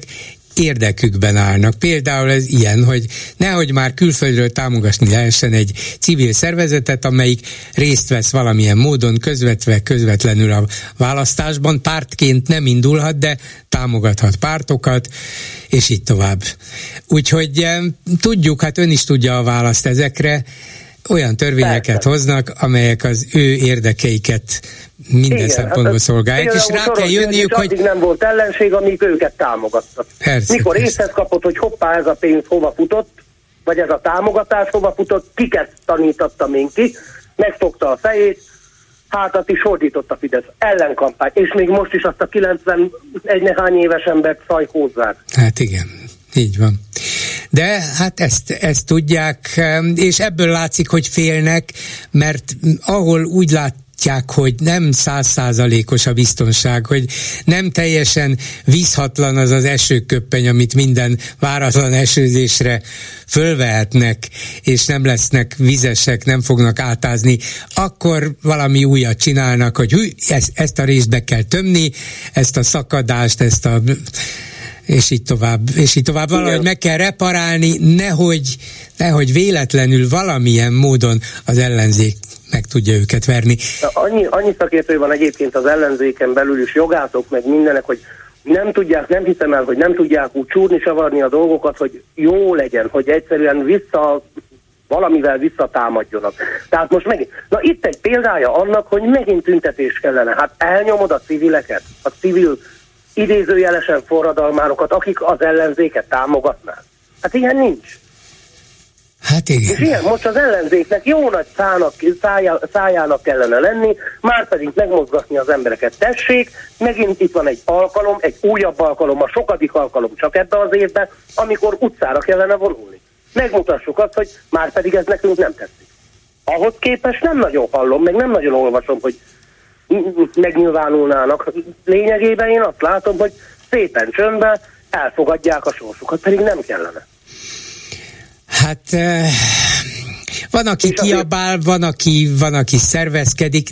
érdekükben állnak. Például ez ilyen, hogy nehogy már külföldről támogatni lehessen egy civil szervezetet, amelyik részt vesz valamilyen módon közvetlenül a választásban. Pártként nem indulhat, de támogathat pártokat, és így tovább. Úgyhogy tudjuk, hát ön is tudja a választ ezekre, olyan törvényeket hoznak, amelyek az ő érdekeiket minden szempontból szolgálják, és rá kell jönniük, hogy... Addig nem volt ellenség, amíg őket támogattak. Mikor észhez kapott, hogy hoppá, ez a pénz hova futott, vagy ez a támogatás hova futott, kiket tanítottam én ki, megfogta a fejét, hátat is fordított a Fidesz ellenkampány, és még most is azt a 91 nehány éves embert szajkózzák. Hát igen, így van. De hát ezt tudják, és ebből látszik, hogy félnek, mert ahol úgy látják, hogy nem 100%-os a biztonság, hogy nem teljesen vízhatlan az az esőköppeny, amit minden váratlan esőzésre fölvehetnek, és nem lesznek vizesek, nem fognak átázni, akkor valami újat csinálnak, hogy ezt a részt be kell tömni, ezt a szakadást, és így tovább. Valahogy meg kell reparálni, nehogy véletlenül valamilyen módon az ellenzék meg tudja őket verni. Annyi szakértő van egyébként az ellenzéken belül is, jogászok, meg mindenek, hogy nem tudják, nem hiszem el, hogy nem tudják úgy csúrni, savarni a dolgokat, hogy jó legyen, hogy egyszerűen valamivel visszatámadjonak. Tehát most megint, itt egy példája annak, hogy megint tüntetés kellene. Hát elnyomod a civileket, a civil idézőjelesen forradalmárokat, akik az ellenzéket támogatnák. Hát ilyen nincs. Hát igen. És ilyen most az ellenzéknek jó nagy szájának kellene lenni, már pedig megmozgatni az embereket. Tessék, megint itt van egy alkalom, egy újabb alkalom, a sokadik alkalom csak ebbe az évben, amikor utcára kellene vonulni. Megmutassuk azt, hogy már pedig ez nekünk nem tetszik. Ahhoz képest nem nagyon hallom, meg nem nagyon olvasom, hogy megnyilvánulnának. Lényegében én azt látom, hogy szépen csöndben elfogadják a sorsukat, pedig nem kellene. Hát van, aki kiabál, van, aki szervezkedik,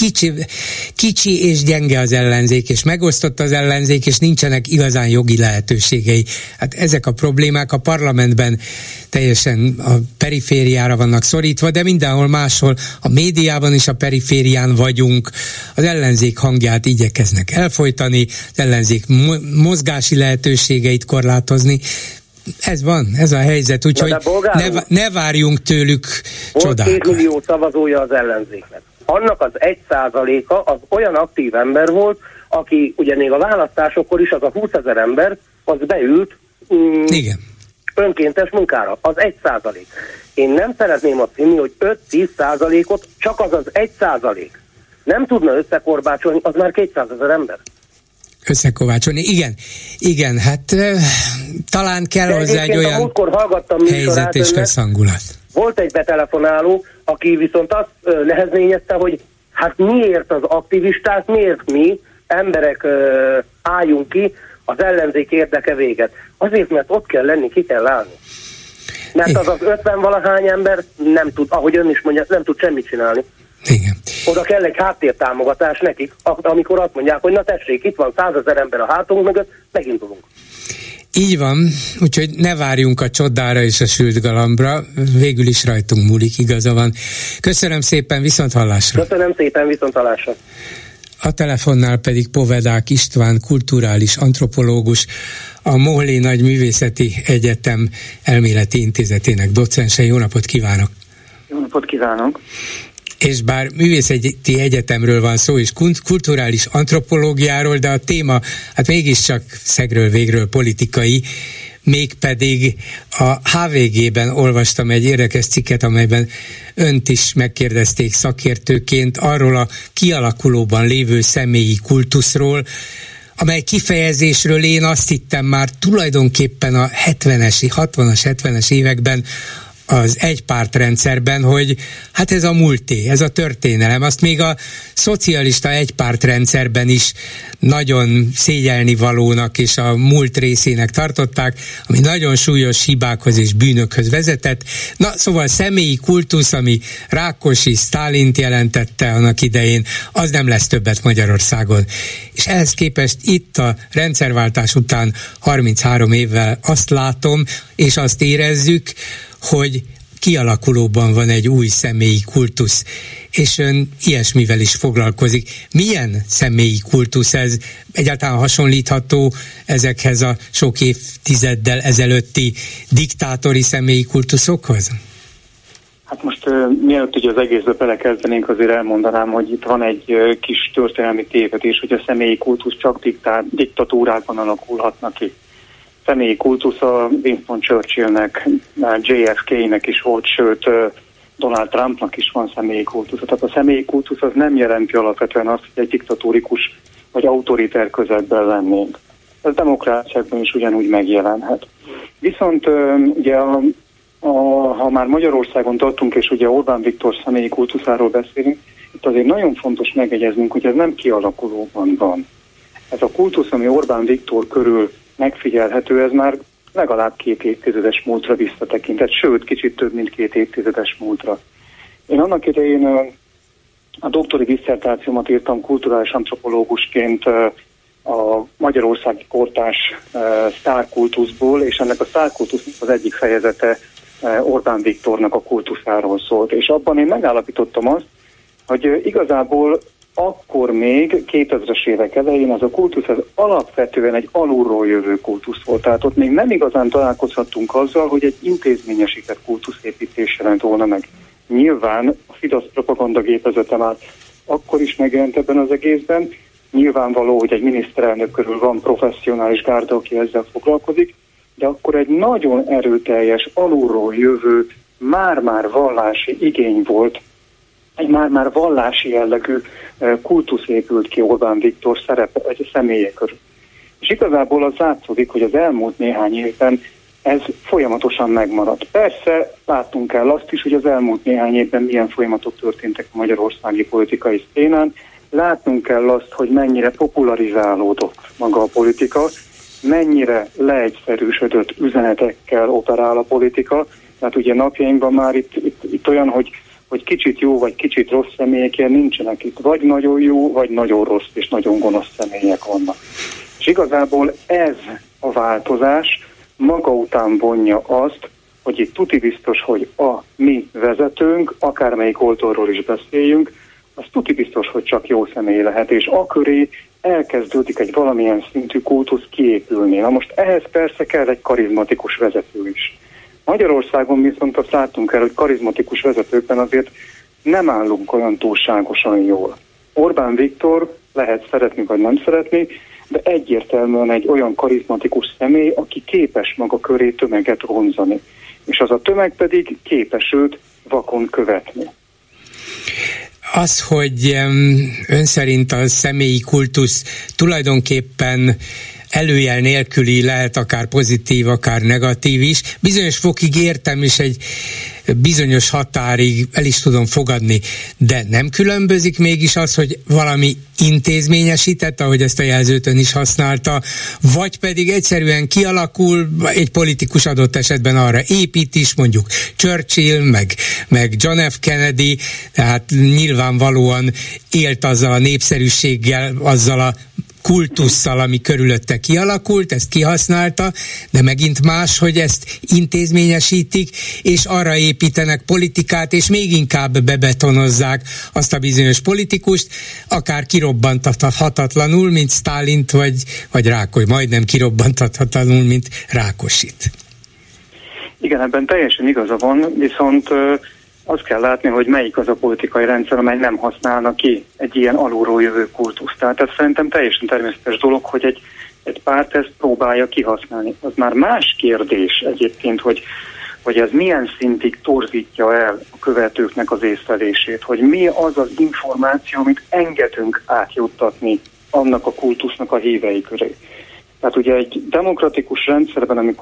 kicsi és gyenge az ellenzék, és megosztott az ellenzék, és nincsenek igazán jogi lehetőségei. Hát ezek a problémák a parlamentben teljesen a perifériára vannak szorítva, de mindenhol máshol, a médiában is a periférián vagyunk, az ellenzék hangját igyekeznek elfojtani, az ellenzék mozgási lehetőségeit korlátozni. Ez van, ez a helyzet, úgyhogy ne várjunk tőlük csodákat. Volt 2 millió szavazója az ellenzéknek. Annak az 1%-a az olyan aktív ember volt, aki ugye még a választásokkor is az a 20 000 ember, az beült igen. Önkéntes munkára, az 1%. Én nem szeretném azt hinni, hogy 5-10%-ot csak az 1% nem tudna összekorbácsolni, az már 200 000 ember. Összekovácsolni. Igen, hát talán kell hozzá egy olyan helyzet és közhangulat. Volt egy betelefonáló, aki viszont azt nehezményezte, hogy hát miért az aktivisták, miért mi emberek álljunk ki, az ellenzék érdeke véget. Azért, mert ott kell lenni, ki kell állni. Mert az 50-valahány ember nem tud, ahogy ön is mondja, nem tud semmit csinálni. Igen. Oda kell egy háttértámogatás nekik, amikor azt mondják, hogy na tessék, itt van 100 000 ember a hátunk mögött, megindulunk. Így van, úgyhogy ne várjunk a csodára és a sült galambra, végül is rajtunk múlik, igaza van. Köszönöm szépen, viszonthallásra. Köszönöm szépen, viszonthallásra. A telefonnál pedig Povedák István, kulturális antropológus, a Mohyli Nagy Művészeti Egyetem Elméleti Intézetének docense. Jó napot kívánok! Jó napot kívánok! És bár művészeti egyetemről van szó, és kulturális antropológiáról, de a téma hát mégiscsak szegről végről politikai, mégpedig a HVG-ben olvastam egy érdekes cikket, amelyben önt is megkérdezték szakértőként arról a kialakulóban lévő személyi kultuszról, amely kifejezésről én azt hittem már tulajdonképpen a 60-as, 70-es években az egypártrendszerben, hogy hát ez a múlté, ez a történelem. Azt még a szocialista egypártrendszerben is nagyon szégyelni valónak és a múlt részének tartották, ami nagyon súlyos hibákhoz és bűnökhöz vezetett. Na, szóval személyi kultusz, ami Rákosi, Sztálint jelentette annak idején, az nem lesz többet Magyarországon. És ehhez képest itt a rendszerváltás után 33 évvel azt látom, és azt érezzük, hogy kialakulóban van egy új személyi kultusz, és ön ilyesmivel is foglalkozik. Milyen személyi kultusz ez? Egyáltalán hasonlítható ezekhez a sok évtizeddel ezelőtti diktátori személyi kultuszokhoz? Hát most mielőtt ugye az egészbe belekezdenénk, azért elmondanám, hogy itt van egy kis történelmi tévedés, hogy a személyi kultusz csak diktatúrákban alakulhatnak ki. Személyi kultusz a Winston Churchillnek, JFK-nek is volt, sőt Donald Trumpnak is van személyi kultusz. Tehát a személyi kultusz az nem jelenti alapvetően azt, hogy egy diktatórikus vagy autoritár közegben lennénk. Ez demokráciákban is ugyanúgy megjelenhet. Viszont ugye ha már Magyarországon tartunk, és ugye Orbán Viktor személyi kultuszáról beszélünk, itt azért nagyon fontos megjegyeznünk, hogy ez nem kialakulóban van. Ez a kultusz, ami Orbán Viktor körül megfigyelhető, ez már legalább 2 évtizedes múltra visszatekintett, sőt, kicsit több, mint 2 évtizedes múltra. Én annak idején a doktori disszertációmat írtam kulturális antropológusként a magyarországi kortárs sztárkultuszból, és ennek a sztárkultusznak az egyik fejezete Orbán Viktornak a kultuszáról szólt. És abban én megállapítottam azt, hogy igazából akkor még 2000-es évek elején az a kultusz az alapvetően egy alulról jövő kultusz volt. Tehát ott még nem igazán találkozhattunk azzal, hogy egy intézményesített kultuszépítés jelent volna meg. Nyilván a Fidesz propagandagépezete már akkor is megjelent ebben az egészben. Nyilvánvaló, hogy egy miniszterelnök körül van professzionális gárda, aki ezzel foglalkozik, de akkor egy nagyon erőteljes, alulról jövő, már-már vallási igény volt, egy már-már vallási jellegű kultusz épült ki Orbán Viktor egy személye körül. És igazából az látszódik, hogy az elmúlt néhány évben ez folyamatosan megmaradt. Persze láttunk el azt is, hogy az elmúlt néhány évben milyen folyamatok történtek a magyarországi politikai szénán, látnunk kell azt, hogy mennyire popularizálódott maga a politika, mennyire leegyszerűsödött üzenetekkel operál a politika. Tehát ugye napjainkban már itt olyan, hogy kicsit jó vagy kicsit rossz személyek ilyen nincsenek itt. Vagy nagyon jó, vagy nagyon rossz és nagyon gonosz személyek vannak. És igazából ez a változás maga után vonja azt, hogy itt tuti biztos, hogy a mi vezetőnk, akármelyik oldalról is beszéljünk, az tuti biztos, hogy csak jó személy lehet, és aköré elkezdődik egy valamilyen szintű kultusz kiépülni. Na most ehhez persze kell egy karizmatikus vezető is. Magyarországon viszont azt láttunk el, hogy karizmatikus vezetőkben azért nem állunk olyan túlságosan jól. Orbán Viktor lehet szeretni vagy nem szeretni, de egyértelműen egy olyan karizmatikus személy, aki képes maga köré tömeget vonzani. És az a tömeg pedig képes őt vakon követni. Az, hogy ön szerint a személyi kultusz tulajdonképpen előjel nélküli lehet, akár pozitív, akár negatív is. Bizonyos fokig értem, és egy bizonyos határig el is tudom fogadni, de nem különbözik mégis az, hogy valami intézményesített, ahogy ezt a jelzőt ön is használta, vagy pedig egyszerűen kialakul, egy politikus adott esetben arra épít is, mondjuk Churchill, meg John F. Kennedy, tehát nyilvánvalóan élt azzal a népszerűséggel, azzal a kultusszal, ami körülötte kialakult, ezt kihasználta, de megint más, hogy ezt intézményesítik, és arra építenek politikát, és még inkább bebetonozzák azt a bizonyos politikust, akár kirobbantathatatlanul, mint Sztálint, vagy Rákosi, majdnem kirobbantathatatlanul, mint Rákosit. Igen, ebben teljesen igaza van, viszont azt kell látni, hogy melyik az a politikai rendszer, amely nem használna ki egy ilyen alulról jövő kultuszt. Tehát ez szerintem teljesen természetes dolog, hogy egy párt ezt próbálja kihasználni. Az már más kérdés egyébként, hogy ez milyen szintig torzítja el a követőknek az észlelését, hogy mi az az információ, amit engedünk átjuttatni annak a kultusznak a hívei köré. Tehát ugye egy demokratikus rendszerben, amikor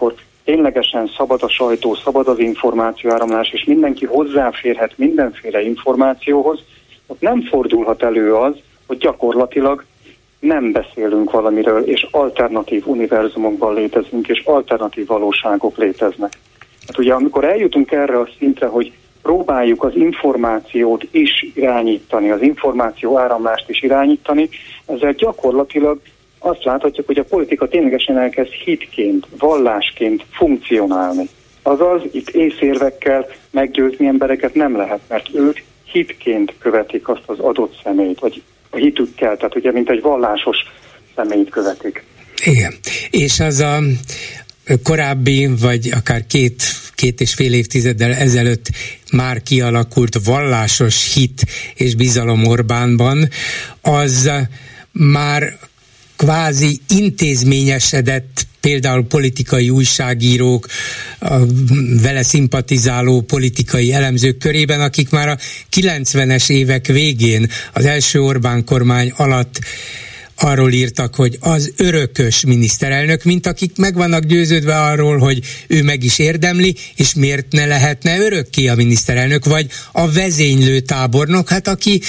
ténylegesen szabad a sajtó, szabad az információáramlás, és mindenki hozzáférhet mindenféle információhoz, ott nem fordulhat elő az, hogy gyakorlatilag nem beszélünk valamiről, és alternatív univerzumokban létezünk, és alternatív valóságok léteznek. Hát ugye amikor eljutunk erre a szintre, hogy próbáljuk az információt is irányítani, az információ áramlást is irányítani, ezzel gyakorlatilag azt láthatjuk, hogy a politika ténylegesen elkezd hitként, vallásként funkcionálni. Azaz, itt észérvekkel meggyőzni embereket nem lehet, mert ők hitként követik azt az adott személyt, vagy a hitükkel, tehát ugye mint egy vallásos személyt követik. Igen, és az a korábbi, vagy akár két és fél évtizeddel ezelőtt már kialakult vallásos hit és bizalom Orbánban, az már kvázi intézményesedett, például politikai újságírók, vele szimpatizáló politikai elemzők körében, akik már a 90-es évek végén, az első Orbán kormány alatt arról írtak, hogy az örökös miniszterelnök, mint akik meg vannak győződve arról, hogy ő meg is érdemli, és miért ne lehetne örökké a miniszterelnök, vagy a vezénylő tábornok, hát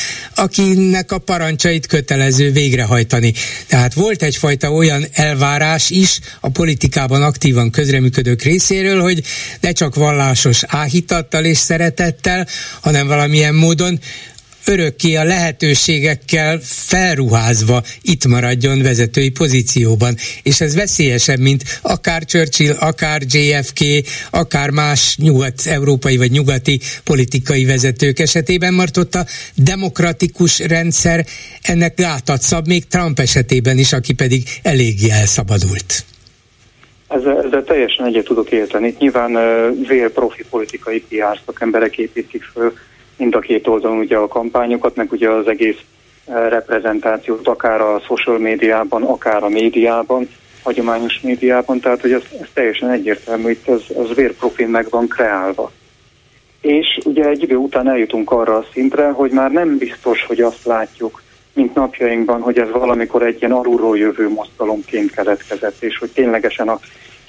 akinek a parancsait kötelező végrehajtani. Tehát volt egyfajta olyan elvárás is a politikában aktívan közreműködők részéről, hogy ne csak vallásos áhítattal és szeretettel, hanem valamilyen módon örökké a lehetőségekkel felruházva itt maradjon vezetői pozícióban. És ez veszélyesebb, mint akár Churchill, akár JFK, akár más nyugat-európai vagy nyugati politikai vezetők esetében, mert ott a demokratikus rendszer ennek gátat szab, még Trump esetében is, aki pedig eléggé elszabadult. Ezzel teljesen egyet tudok érteni. Itt nyilván vérprofi politikai PR szakemberek építik föl mind a két oldalon ugye a kampányokat, meg ugye az egész reprezentációt, akár a social médiában, akár a médiában, hagyományos médiában, tehát hogy ez teljesen egyértelmű, itt az vérprofil meg van kreálva. És ugye egy idő után eljutunk arra a szintre, hogy már nem biztos, hogy azt látjuk, mint napjainkban, hogy ez valamikor egy ilyen alulról jövő mozgalomként keletkezett, és hogy ténylegesen a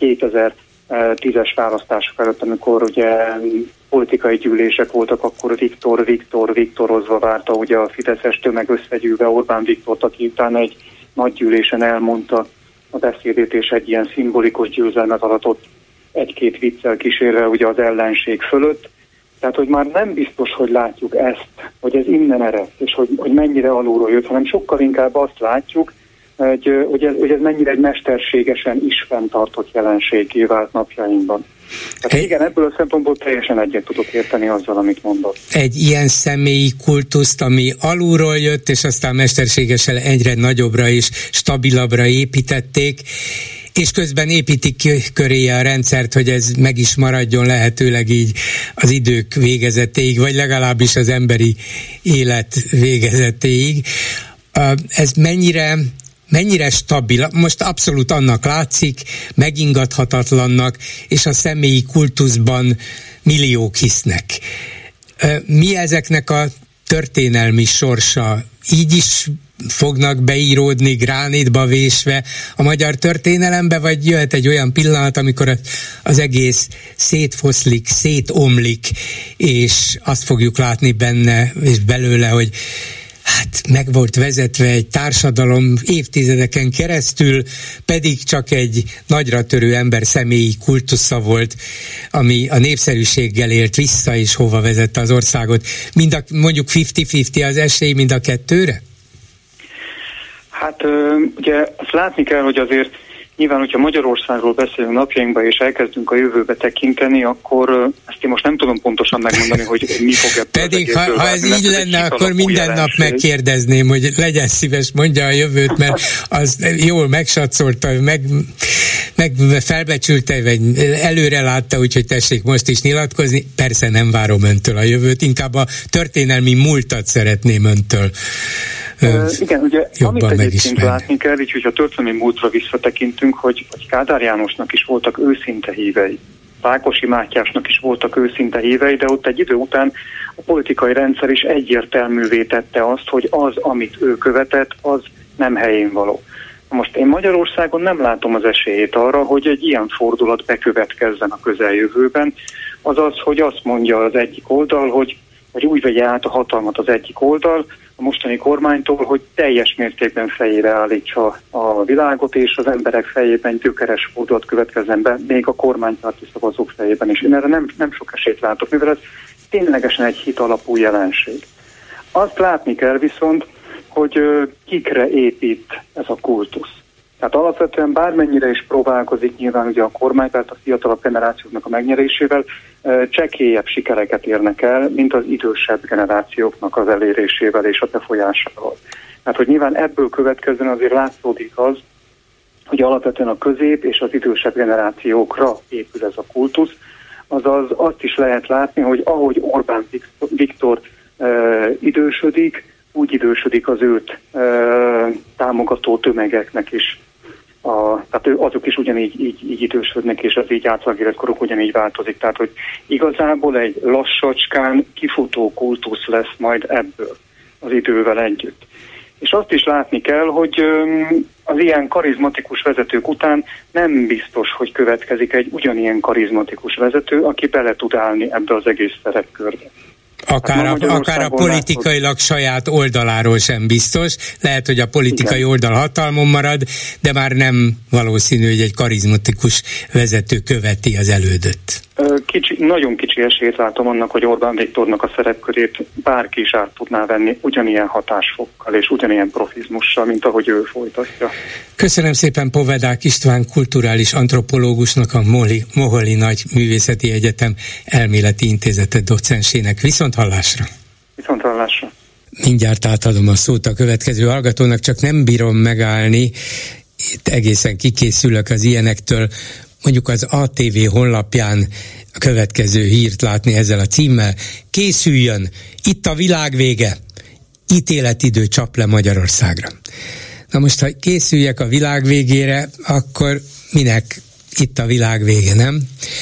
2010-es választások előtt, amikor ugye politikai gyűlések voltak, akkor Viktorozva várta ugye a fideszes tömeg összegyűlve Orbán Viktort, aki utána egy nagy gyűlésen elmondta a beszédét, és egy ilyen szimbolikus győzelmet aratott egy-két viccel kísérve ugye az ellenség fölött. Tehát, hogy már nem biztos, hogy látjuk ezt, hogy ez innen ered, és hogy mennyire alulról jött, hanem sokkal inkább azt látjuk, hogy ez mennyire egy mesterségesen is fenntartott jelenségé vált napjainkban. Tehát igen, ebből a szempontból teljesen egyet tudok érteni azzal, amit mondott. Egy ilyen személyi kultuszt, ami alulról jött, és aztán mesterségesen egyre nagyobbra és stabilabbra építették, és közben építik köréje a rendszert, hogy ez meg is maradjon lehetőleg így az idők végezetéig, vagy legalábbis az emberi élet végezetéig. Ez mennyire stabil, most abszolút annak látszik, megingathatatlannak, és a személyi kultuszban milliók hisznek. Mi ezeknek a történelmi sorsa? Így is fognak beíródni, gránitba vésve a magyar történelembe, vagy jöhet egy olyan pillanat, amikor az egész szétfoszlik, szétomlik, és azt fogjuk látni benne és belőle, hogy hát meg volt vezetve egy társadalom évtizedeken keresztül, pedig csak egy nagyra törő ember személyi kultusza volt, ami a népszerűséggel élt vissza, és hova vezette az országot. Mondjuk 50-50 az esély mind a kettőre? Hát ugye azt látni kell, hogy azért nyilván, hogyha Magyarországról beszélünk napjainkban, és elkezdünk a jövőbe tekinteni, akkor ezt én most nem tudom pontosan megmondani, hogy mi fog ebből. Pedig ha ez így lenne, akkor minden nap megkérdezném, hogy legyen szíves, mondja a jövőt, mert az jól megsatszolta, meg felbecsülte, vagy előre látta, úgyhogy tessék most is nyilatkozni. Persze nem várom öntől a jövőt, inkább a történelmi múltat szeretném öntől. Igen, ugye amit egyébként látni kell, így, hogy a történelmi múltra visszatekintünk, hogy Kádár Jánosnak is voltak őszinte hívei, Rákosi Mátyásnak is voltak őszinte hívei, de ott egy idő után a politikai rendszer is egyértelművé tette azt, hogy az, amit ő követett, az nem helyén való. Most én Magyarországon nem látom az esélyét arra, hogy egy ilyen fordulat bekövetkezzen a közeljövőben. Azaz, hogy azt mondja az egyik oldal, hogy úgy vegye át a hatalmat az egyik oldal, a mostani kormánytól, hogy teljes mértékben fejére állítsa a világot, és az emberek fejében gyökeres fordulat következzen be, még a kormánypárti szavazók fejében is. Én erre nem sok esélyt látok, mivel ez ténylegesen egy hit alapú jelenség. Azt látni kell viszont, hogy kikre épít ez a kultusz. Tehát alapvetően bármennyire is próbálkozik nyilván ugye a kormánypárt a fiatalabb generációknak a megnyerésével, csekélyebb sikereket érnek el, mint az idősebb generációknak az elérésével és a befolyásával. Tehát, hogy nyilván ebből következően azért látszódik az, hogy alapvetően a közép és az idősebb generációkra épül ez a kultusz, azaz azt is lehet látni, hogy ahogy Orbán Viktor idősödik, úgy idősödik az őt támogató tömegeknek is. Tehát azok is ugyanígy így idősödnek, és az így átlagéletkoruk ugyanígy változik. Tehát, hogy igazából egy lassacskán kifutó kultusz lesz majd ebből az idővel együtt. És azt is látni kell, hogy az ilyen karizmatikus vezetők után nem biztos, hogy következik egy ugyanilyen karizmatikus vezető, aki bele tud állni ebbe az egész szerepkörbe. Akár a politikailag saját oldaláról sem biztos. Lehet, hogy a politikai oldal hatalmon marad, de már nem valószínű, hogy egy karizmatikus vezető követi az elődöt. Nagyon kicsi esélyt látom annak, hogy Orbán Viktornak a szerepkörét bárki is át tudná venni ugyanilyen hatásfokkal és ugyanilyen profizmussal, mint ahogy ő folytatja. Köszönöm szépen Povedák István kulturális antropológusnak, a Moholi Nagyművészeti Egyetem Elméleti Intézete docensének. Viszont hallásra! Viszont hallásra! Mindjárt átadom a szót a következő hallgatónak, csak nem bírom megállni, itt egészen kikészülök az ilyenektől. Mondjuk az ATV honlapján a következő hírt látni ezzel a címmel: készüljön, itt a világ vége, ítéletidő csap le Magyarországra. Na most, ha készüljek a világ végére, akkor minek itt a világ vége, nem?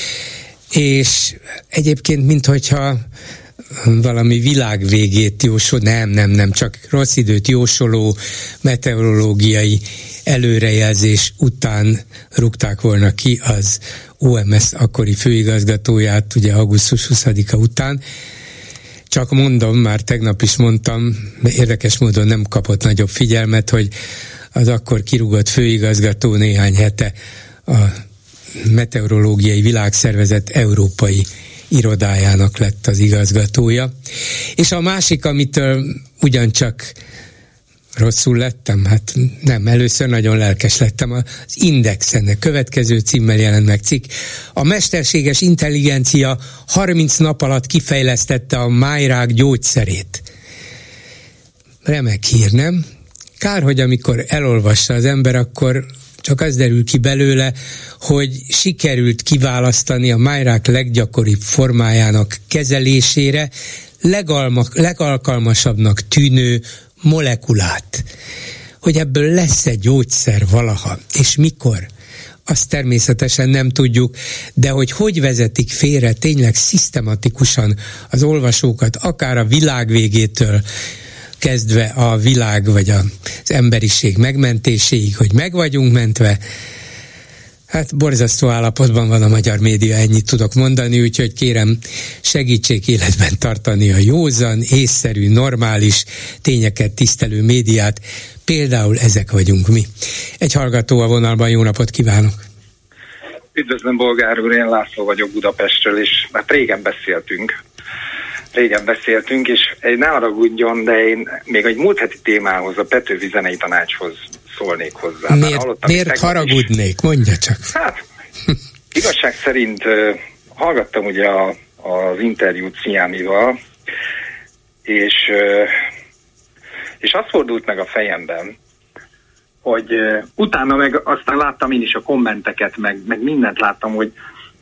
És egyébként, minthogyha valami világvégét nem, csak rossz időt jósoló meteorológiai előrejelzés után rúgták volna ki az OMS akkori főigazgatóját, ugye augusztus 20-a után. Csak mondom, már tegnap is mondtam, de érdekes módon nem kapott nagyobb figyelmet, hogy az akkor kirúgott főigazgató néhány hete a Meteorológiai Világszervezet európai irodájának lett az igazgatója. És a másik, amitől ugyancsak rosszul lettem, hát nem, először nagyon lelkes lettem, az Indexen következő címmel jelent meg cikk. A mesterséges intelligencia 30 nap alatt kifejlesztette a májrák gyógyszerét. Remek hír, nem? Kár, hogy amikor elolvassa az ember, akkor csak az derül ki belőle, hogy sikerült kiválasztani a májrák leggyakoribb formájának kezelésére legalkalmasabbnak tűnő molekulát. Hogy ebből lesz egy gyógyszer valaha, és mikor, azt természetesen nem tudjuk, de hogy vezetik félre tényleg szisztematikusan az olvasókat, akár a világ végétől kezdve a világ vagy az emberiség megmentéséig, hogy meg vagyunk mentve. Hát borzasztó állapotban van a magyar média, ennyit tudok mondani, úgyhogy kérem, segítsék életben tartani a józan, észszerű, normális, tényeket tisztelő médiát. Például ezek vagyunk mi. Egy hallgató a vonalban, jó napot kívánok! Üdvözlöm, Bolgár úr, én László vagyok Budapestről, és hát régen beszéltünk, és ne haragudjon, de én még egy múlt heti témához, a Petőfi Zenei Tanácshoz szólnék hozzá. Miért haragudnék? Mondja csak. Hát, igazság szerint hallgattam ugye az interjút Sziámival, és azt fordult meg a fejemben, hogy utána meg aztán láttam én is a kommenteket, meg mindent láttam, hogy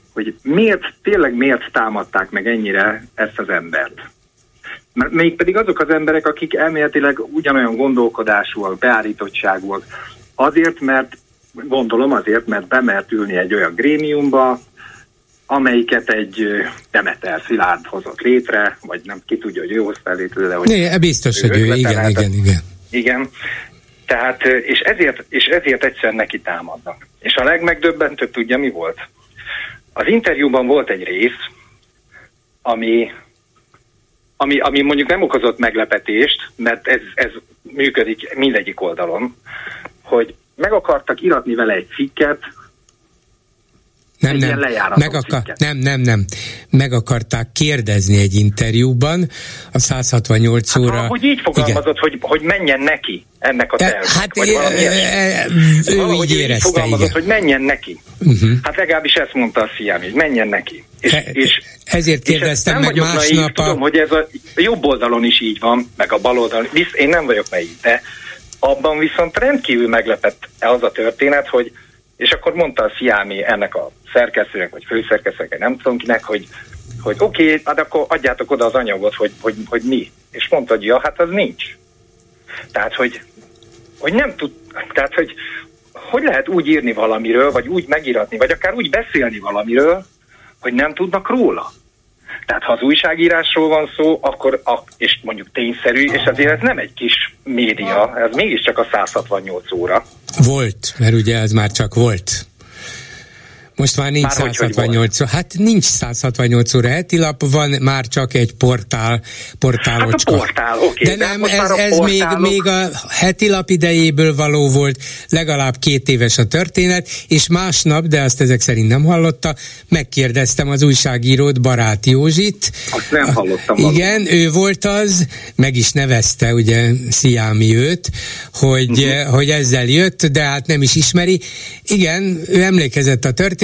miért támadták meg ennyire ezt az embert. Mégpedig azok az emberek, akik elméletileg ugyanolyan gondolkodásúak, beállítottságúak. Gondolom azért, mert bemert ülni egy olyan grémiumba, amelyiket egy Demeter Szilárd hozott létre, vagy nem ki tudja, hogy ő hozta létre, de hogy... Biztos, hogy ő, igen. Igen. Tehát, és ezért egyszerűen neki támadnak. És a legmegdöbbentőbb tudja mi volt? Az interjúban volt egy rész, ami mondjuk nem okozott meglepetést, mert ez működik mindegyik oldalon, hogy meg akartak iratni vele egy cikket, Nem. Meg akarták kérdezni egy interjúban a 168 óra... Hát hogy így fogalmazott, hogy menjen neki ennek a tervnek. Hát ő így érezte, így fogalmazott, hogy menjen neki. Hát legalábbis ezt mondta a Sziámi, hogy menjen neki. Ezért kérdeztem meg másnap. Tudom, hogy ez a jobb oldalon is így van, meg a bal oldalon. Én nem vagyok naív, de abban viszont rendkívül meglepett az a történet, hogy és akkor mondta a Sziámi ennek a szerkesztőnek, vagy főszerkesztőnek, nem tudom kinek, hogy oké, hát akkor adjátok oda az anyagot, hogy mi. És mondta, hogy ja, hát az nincs. Tehát, hogy nem tud, tehát, hogy lehet úgy írni valamiről, vagy úgy megíratni, vagy akár úgy beszélni valamiről, hogy nem tudnak róla. Tehát ha az újságírásról van szó, akkor, és mondjuk tényszerű, és azért ez nem egy kis média, ez mégiscsak a 168 óra. Volt, mert ugye ez már csak volt. Most már nincs 168 óra. Hát nincs 168 óra heti lap, van már csak egy portálocska. Hát a portál, oké. De nem, ez még a heti lap idejéből való volt, legalább 2 éves a történet, és másnap, de azt ezek szerint nem hallotta, megkérdeztem az újságírót, Baráti Józsit. Azt nem hallottam. Igen, ő volt az, meg is nevezte ugye Sziámi őt, hogy ezzel jött, de hát nem is ismeri. Igen, ő emlékezett a történetre,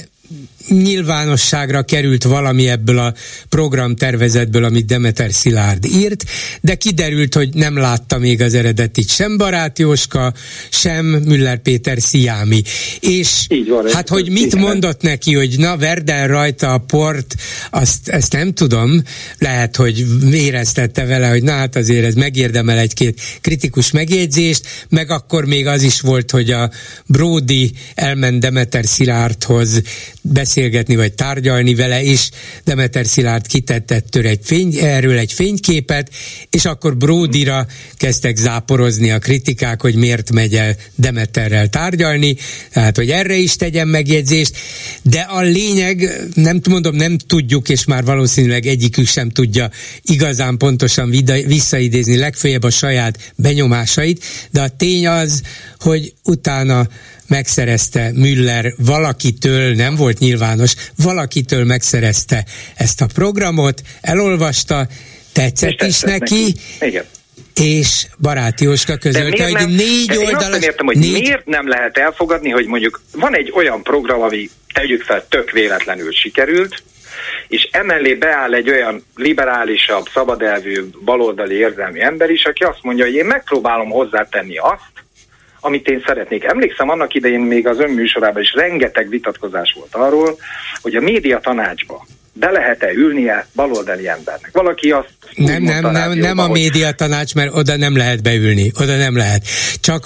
nyilvánosságra került valami ebből a programtervezetből, amit Demeter Szilárd írt, de kiderült, hogy nem látta még az eredetit sem Baráti Józska, sem Müller Péter Sziámi. És van, hát, hogy mit mondott neki, hogy na, verd el rajta a port, ezt nem tudom, lehet, hogy éreztette vele, hogy na hát azért ez megérdemel egy-két kritikus megjegyzést, meg akkor még az is volt, hogy a Bródi elment Demeter Szilárdhoz beszélgetni vagy tárgyalni vele, és Demeter Szilárd kitett erről egy fényképet, és akkor Bródira kezdtek záporozni a kritikák, hogy miért megy el Demeterrel tárgyalni, tehát hogy erre is tegyen megjegyzést, de a lényeg, nem tudjuk, és már valószínűleg egyikük sem tudja igazán pontosan visszaidézni legfeljebb a saját benyomásait, de a tény az, hogy utána megszerezte Müller valakitől, nem volt nyilvános, valakitől megszerezte ezt a programot, elolvasta, tetszett is neki. Igen. És Baráti Józska közölte, hogy 4 oldalas... Én azt nem értem, hogy miért nem lehet elfogadni, hogy mondjuk van egy olyan program, ami tegyük fel tök véletlenül sikerült, és emellé beáll egy olyan liberálisabb, szabadelvű, baloldali érzelmi ember is, aki azt mondja, hogy én megpróbálom hozzátenni azt, amit én szeretnék. Emlékszem, annak idején még az önműsorában is rengeteg vitatkozás volt arról, hogy a média tanácsba be lehet-e ülnie baloldali embernek. Valaki azt nem a média tanács, mert oda nem lehet beülni, oda nem lehet. Csak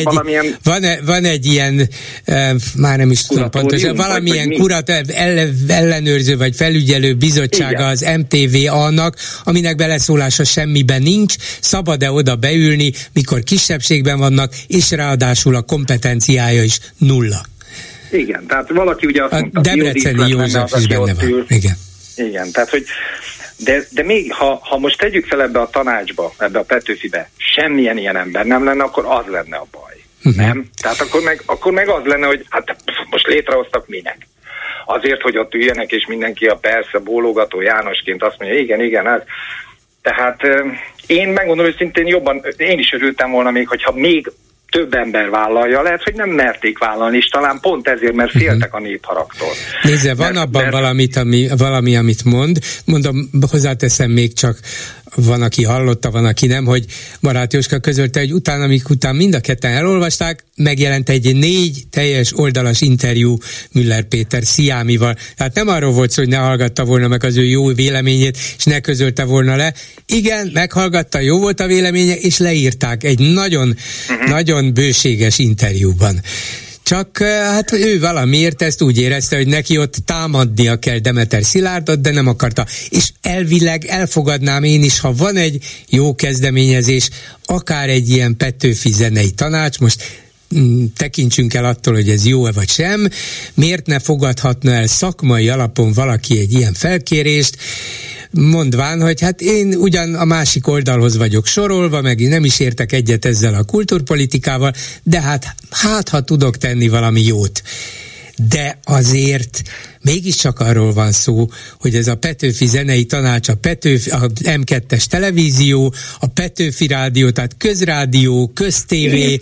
van egy ilyen, már nem is tudom pontosan, valamilyen ellenőrző vagy felügyelő bizottsága, igen, az MTVA-nak, aminek beleszólása semmiben nincs, szabad-e oda beülni, mikor kisebbségben vannak, és ráadásul a kompetenciája is 0. Igen, tehát valaki ugye azt mondta, Debreceni József is benne van. Igen, tehát hogy de még ha most tegyük fel ebbe a tanácsba, ebbe a Petőfibe, semmilyen ilyen ember nem lenne, akkor az lenne a baj. Nem? Tehát akkor meg az lenne, hogy hát most létrehoztak minek. Azért, hogy ott üljenek, és mindenki a persze bólogató Jánosként azt mondja, igen, hát. Tehát én megmondom őszintén én is örültem volna még, hogyha még több ember vállalja, lehet, hogy nem merték vállalni, és talán pont ezért, mert féltek a népharagtól. Nézze, van abban valami, amit mondom, hozzáteszem még csak, van, aki hallotta, van, aki nem, hogy Baráti Józska közölte, hogy után mind a ketten elolvasták, megjelent egy 4 teljes oldalas interjú Müller Péter Sziámival. Tehát nem arról volt szó, hogy ne hallgatta volna meg az ő jó véleményét, és ne közölte volna le. Igen, meghallgatta, jó volt a véleménye, és leírták egy nagyon bőséges interjúban. Csak hát ő valamiért ezt úgy érezte, hogy neki ott támadnia kell Demeter Szilárdot, de nem akarta. És elvileg elfogadnám én is, ha van egy jó kezdeményezés, akár egy ilyen Petőfi zenei tanács, most tekintsünk el attól, hogy ez jó-e vagy sem, miért ne fogadhatna el szakmai alapon valaki egy ilyen felkérést, mondván, hogy hát én ugyan a másik oldalhoz vagyok sorolva, meg nem is értek egyet ezzel a kultúrpolitikával, de hát ha tudok tenni valami jót. De azért mégiscsak arról van szó, hogy ez a Petőfi zenei tanács, a M2-es televízió, a Petőfi rádió, tehát közrádió, köztévé,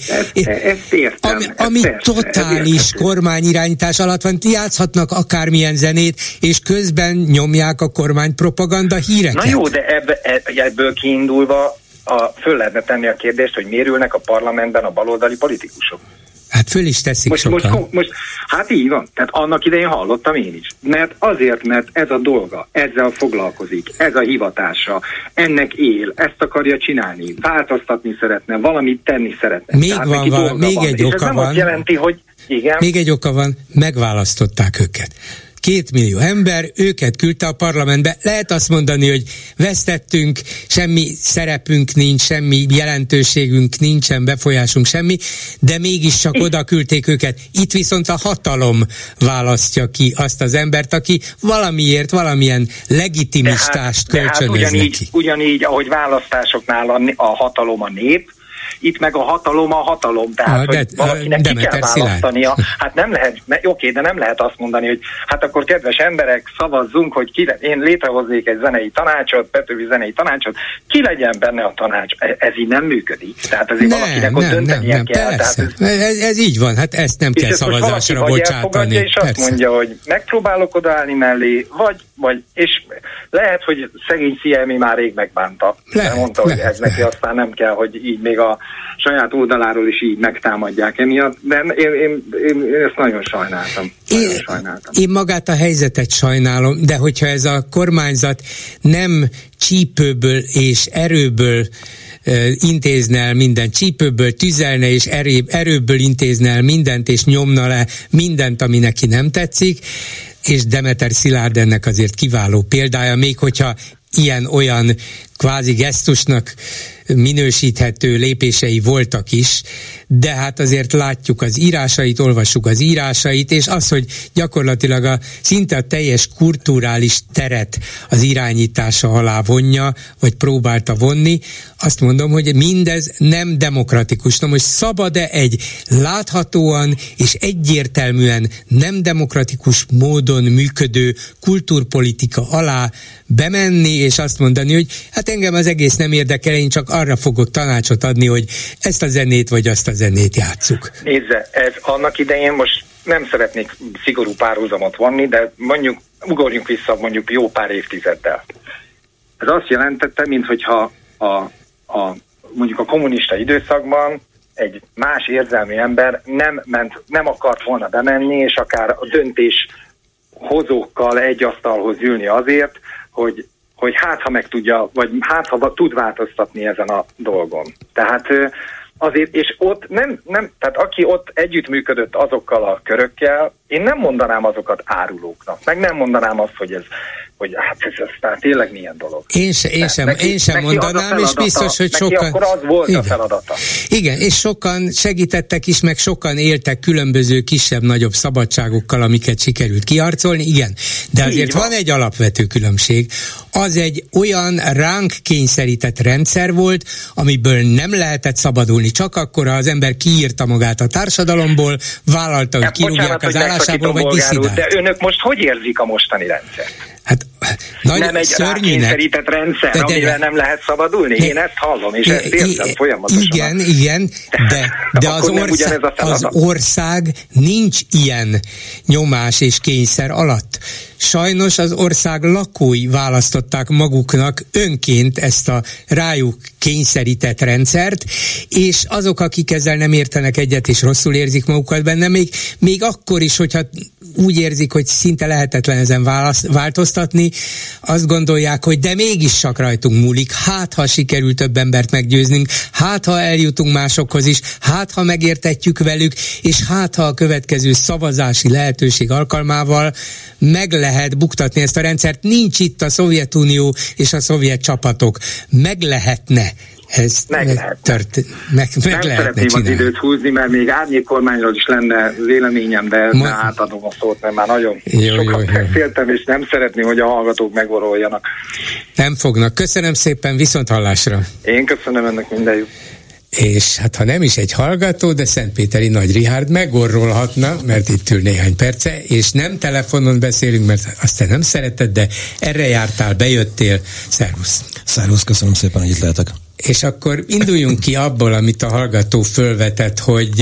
ami totális kormányirányítás alatt van, játszhatnak akármilyen zenét, és közben nyomják a kormány propaganda híreket. Na jó, de ebből kiindulva föl lehetne tenni a kérdést, hogy miért ülnek a parlamentben a baloldali politikusok. Hát föl is teszik sokan. Most, hát így van. Tehát annak idején hallottam én is. Mert ez a dolga, ezzel foglalkozik, ez a hivatása, ennek él, ezt akarja csinálni, változtatni szeretne, valamit tenni szeretne. Még egy oka van. Azt jelenti, hogy igen. Még egy oka van, megválasztották őket. 2 millió ember, őket küldte a parlamentbe. Lehet azt mondani, hogy vesztettünk, semmi szerepünk nincs, semmi jelentőségünk nincsen, befolyásunk semmi, de mégiscsak oda küldték őket. Itt viszont a hatalom választja ki azt az embert, aki valamiért, valamilyen legitimistást kölcsönöz neki. Ugyanígy, ahogy választásoknál a hatalom a nép, itt meg a hatalom, tehát hogy valakinek ki kell választania. Hát nem lehet, de nem lehet azt mondani, hogy hát akkor kedves emberek, szavazzunk, hogy én létrehoznék egy zenei tanácsot, Petőfi zenei tanácsot, ki legyen benne a tanács. Ez így nem működik. Tehát azért valakinek ott döntenie kell. Ez így van, hát ezt nem kell szavazásra bocsátani. És azt mondja, hogy megpróbálok odaállni mellé, vagy és lehet, hogy szegény Sziemi már rég megbánta. Mondta, hogy ez neki aztán nem kell, hogy így még a saját oldaláról is így megtámadják emiatt, de én ezt nagyon sajnáltam. Én magát a helyzetet sajnálom, de hogyha ez a kormányzat nem csípőből és erőből intézne el mindent, csípőből tüzelne és erőből intézne el mindent, és nyomna le mindent, ami neki nem tetszik, és Demeter Szilárd ennek azért kiváló példája, még hogyha ilyen-olyan kvázi gesztusnak minősíthető lépései voltak is, de hát azért látjuk az írásait, olvassuk az írásait, és az, hogy gyakorlatilag szinte a teljes kulturális teret az irányítása alá vonja, vagy próbálta vonni, azt mondom, hogy mindez nem demokratikus. Na most szabad-e egy láthatóan és egyértelműen nem demokratikus módon működő kultúrpolitika alá bemenni, és azt mondani, hogy hát engem az egész nem érdekel, én csak arra fogok tanácsot adni, hogy ezt a zenét vagy azt a zenét játsszuk. Nézze, ez annak idején, most nem szeretnék szigorú párhuzamot vonni, de mondjuk ugorjunk vissza mondjuk jó pár évtizeddel. Ez azt jelentette, minthogyha mondjuk a kommunista időszakban egy más érzelmi ember nem akart volna bemenni, és akár a döntéshozókkal egy asztalhoz ülni azért, hogy hát ha meg tudja, vagy hát ha tud változtatni ezen a dolgon. Tehát azért, és ott nem, tehát aki ott együttműködött azokkal a körökkel, én nem mondanám azokat árulóknak, meg nem mondanám azt, hogy hát ez aztán tényleg milyen dolog. Én sem mondanám, és biztos, hogy sokan... akkor az volt a feladata. Igen, és sokan segítettek is, meg sokan éltek különböző kisebb-nagyobb szabadságokkal, amiket sikerült kiharcolni, igen. De azért van egy alapvető különbség. Az egy olyan ránk kényszerített rendszer volt, amiből nem lehetett szabadulni. Csak akkor, ha az ember kiírta magát a társadalomból, vállalta, hogy kirúgják az állásából, vagy disszidált. De önök most hogy érzik a mostani rendszert? Hát, nem egy rákényszerített rendszer, amivel nem lehet szabadulni? Én ezt hallom, és ezt érzem folyamatosan. Igen, de az ország nincs ilyen nyomás és kényszer alatt. Sajnos az ország lakói választották maguknak önként ezt a rájuk kényszerített rendszert, és azok, akik ezzel nem értenek egyet, és rosszul érzik magukat benne, még akkor is, hogyha úgy érzik, hogy szinte lehetetlen ezen változtatni, változtatni, azt gondolják, hogy de mégis csak rajtunk múlik, hát ha sikerül több embert meggyőznünk, hát ha eljutunk másokhoz is, hát ha megértetjük velük, és hát ha a következő szavazási lehetőség alkalmával meg lehet buktatni ezt a rendszert. Nincs itt a Szovjetunió és a szovjet csapatok. Meg lehetne. Ez meg lehet. Nem szeretném az időt húzni, mert még árnyékkormányról is lenne véleményem, de átadom a szót, mert már nagyon sokat beszéltem, és nem szeretném, hogy a hallgatók megoroljanak. Nem fognak. Köszönöm szépen, viszont hallásra. Én köszönöm, ennek minden jó. És hát ha nem is egy hallgató, de Szentpéteri Nagy Richárd megorrolhatna, mert itt ül néhány perce, és nem telefonon beszélünk, mert azt te nem szereted, de erre jártál, bejöttél. Szervusz. Szervusz, köszönöm szépen, hogy itt lehetek. És akkor induljunk ki abból, amit a hallgató fölvetett,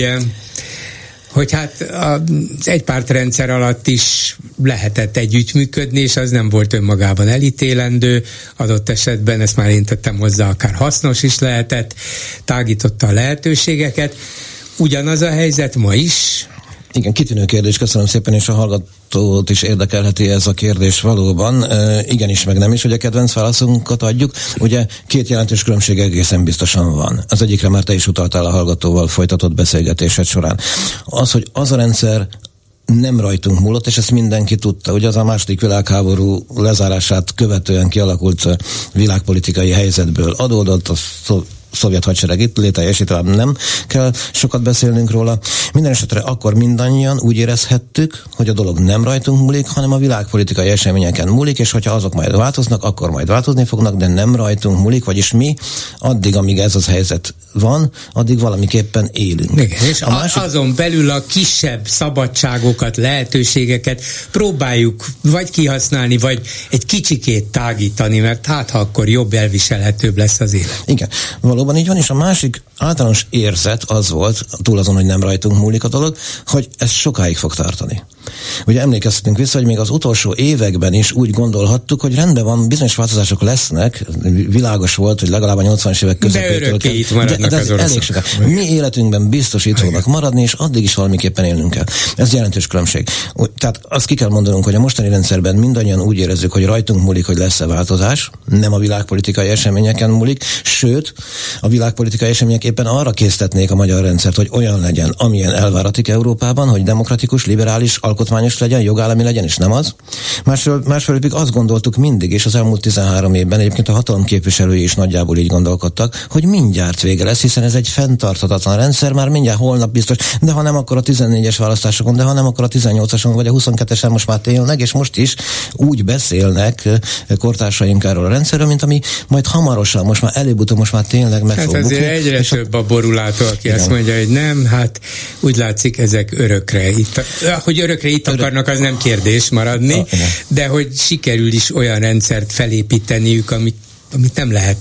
hogy hát az egypártrendszer alatt is lehetett együttműködni, és az nem volt önmagában elítélendő, adott esetben, ezt már én tettem hozzá, akár hasznos is lehetett, tágította a lehetőségeket. Ugyanaz a helyzet ma is? Igen, kitűnő kérdés, köszönöm szépen, és a hallgatót is érdekelheti ez a kérdés valóban. Igenis, meg nem is, hogy a kedvenc válaszunkat adjuk. Ugye két jelentős különbség egészen biztosan van. Az egyikre már te is utaltál a hallgatóval folytatott beszélgetésed során. Az, hogy az a rendszer nem rajtunk múlott, és ezt mindenki tudta. Ugye az a második világháború lezárását követően kialakult világpolitikai helyzetből adódott, a szovjet hadsereg itt lételjes, talán nem kell sokat beszélnünk róla. Minden esetre akkor mindannyian úgy érezhettük, hogy a dolog nem rajtunk múlik, hanem a világpolitikai eseményeken múlik, és hogyha azok majd változnak, akkor majd változni fognak, de nem rajtunk múlik, vagyis mi addig, amíg ez az helyzet van, addig valamiképpen élünk. Igen, és azon belül a kisebb szabadságokat, lehetőségeket próbáljuk vagy kihasználni, vagy egy kicsikét tágítani, mert hát ha akkor jobb, elviselhetőbb lesz az élet. Igen, valóban így van, és a másik általános érzet az volt, túl azon, hogy nem rajtunk múlik a dolog, hogy ez sokáig fog tartani. Ugye emlékeztetünk vissza, hogy még az utolsó években is úgy gondolhattuk, hogy rendben van, bizonyos változások lesznek, világos volt, hogy legalább a 80-as évek közepétől. De örökké itt maradnak az oroszok. Mi életünkben biztos itt fognak maradni, és addig is valamiképpen élnünk kell. Ez jelentős különbség. Tehát azt ki kell mondanunk, hogy a mostani rendszerben mindannyian úgy érezzük, hogy rajtunk múlik, hogy lesz-e változás, nem a világpolitikai eseményeken múlik, sőt, a világpolitikai események éppen arra késztetnék a magyar rendszert, hogy olyan legyen, amilyen elváratik Európában, hogy demokratikus, liberális, alkotmányos legyen, jogállami legyen, és nem az. Másfelől pedig azt gondoltuk mindig, és az elmúlt 13 évben egyébként a hatalom képviselői is nagyjából így gondolkodtak, hogy mindjárt vége lesz, hiszen ez egy fenntarthatatlan rendszer, már mindjárt holnap biztos, de ha nem, akkor a 14-es választásokon, de ha nem, akkor a 18-ason, vagy a 22-esen most már tényleg, és most is úgy beszélnek kortársaink erről a rendszerről, mint ami majd hamarosan, most már előbb-utóbb, most már tényleg meg fog bukni. Hát egyre több a borulátó, aki azt mondja, hogy nem, hát úgy látszik, ezek örökre. Hogy örökre itt akarnak, az nem kérdés maradni, de hogy sikerül is olyan rendszert felépíteniük, amit nem lehet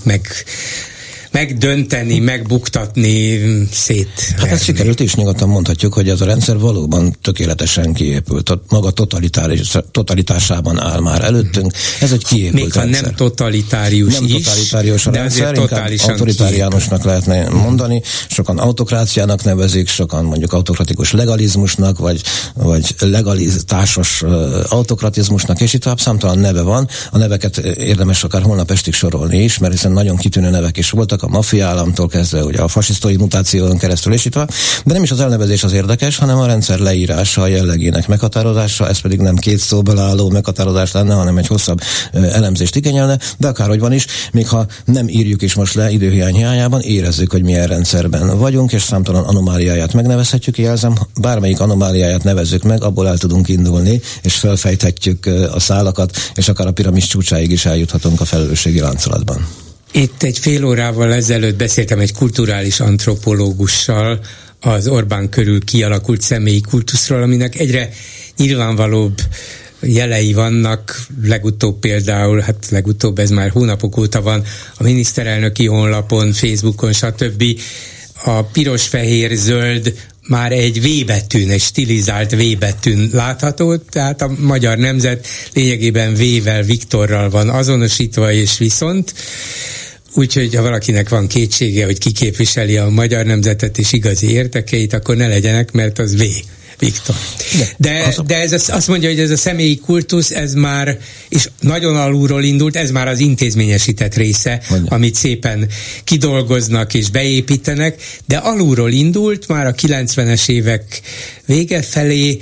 megdönteni, megbuktatni, Hát ez sikerült is, nyugodtan mondhatjuk, hogy ez a rendszer valóban tökéletesen kiépült. Maga totalitásában áll már előttünk. Ez egy kiépült még rendszer. Nem totalitárius nem is, totalitárius a rendszer, inkább autoritáriánusnak lehetne mondani. Sokan autokráciának nevezik, sokan mondjuk autokratikus legalizmusnak, vagy legalitásos autokratizmusnak, és itt tovább számtalan neve van. A neveket érdemes akár holnap estig sorolni is, mert hiszen nagyon kitűnő nevek is voltak, a maffia államtól kezdve, ugye a fasisztói mutáción keresztül és itt van. De nem is az elnevezés az érdekes, hanem a rendszer leírása, a jellegének meghatározása, ez pedig nem két szóból álló meghatározás lenne, hanem egy hosszabb elemzést igényelne, de akárhogy van is, még ha nem írjuk is most le időhiány hiányában, érezzük, hogy milyen rendszerben vagyunk, és számtalan anomáliáját megnevezhetjük, jelzem, bármelyik anomáliáját nevezzük meg, abból el tudunk indulni, és felfejthetjük a szálakat, és akár a piramis csúcsáig is eljuthatunk a felelősségi láncolatban. Itt egy fél órával ezelőtt beszéltem egy kulturális antropológussal az Orbán körül kialakult személyi kultuszról, aminek egyre nyilvánvalóbb jelei vannak, legutóbb például, ez már hónapok óta van a miniszterelnöki honlapon, Facebookon, stb. A piros, fehér, zöld már egy V betűn, egy stilizált V betűn látható, tehát a magyar nemzet lényegében V-vel, Viktorral van azonosítva, és viszont úgyhogy ha valakinek van kétsége, hogy ki képviseli a magyar nemzetet és igazi érdekeit, akkor ne legyenek, mert az V. Viktor. De ez azt mondja, hogy ez a személyi kultusz, ez már, és nagyon alulról indult, ez már az intézményesített része, amit szépen kidolgoznak és beépítenek, de alulról indult már a 90-es évek vége felé,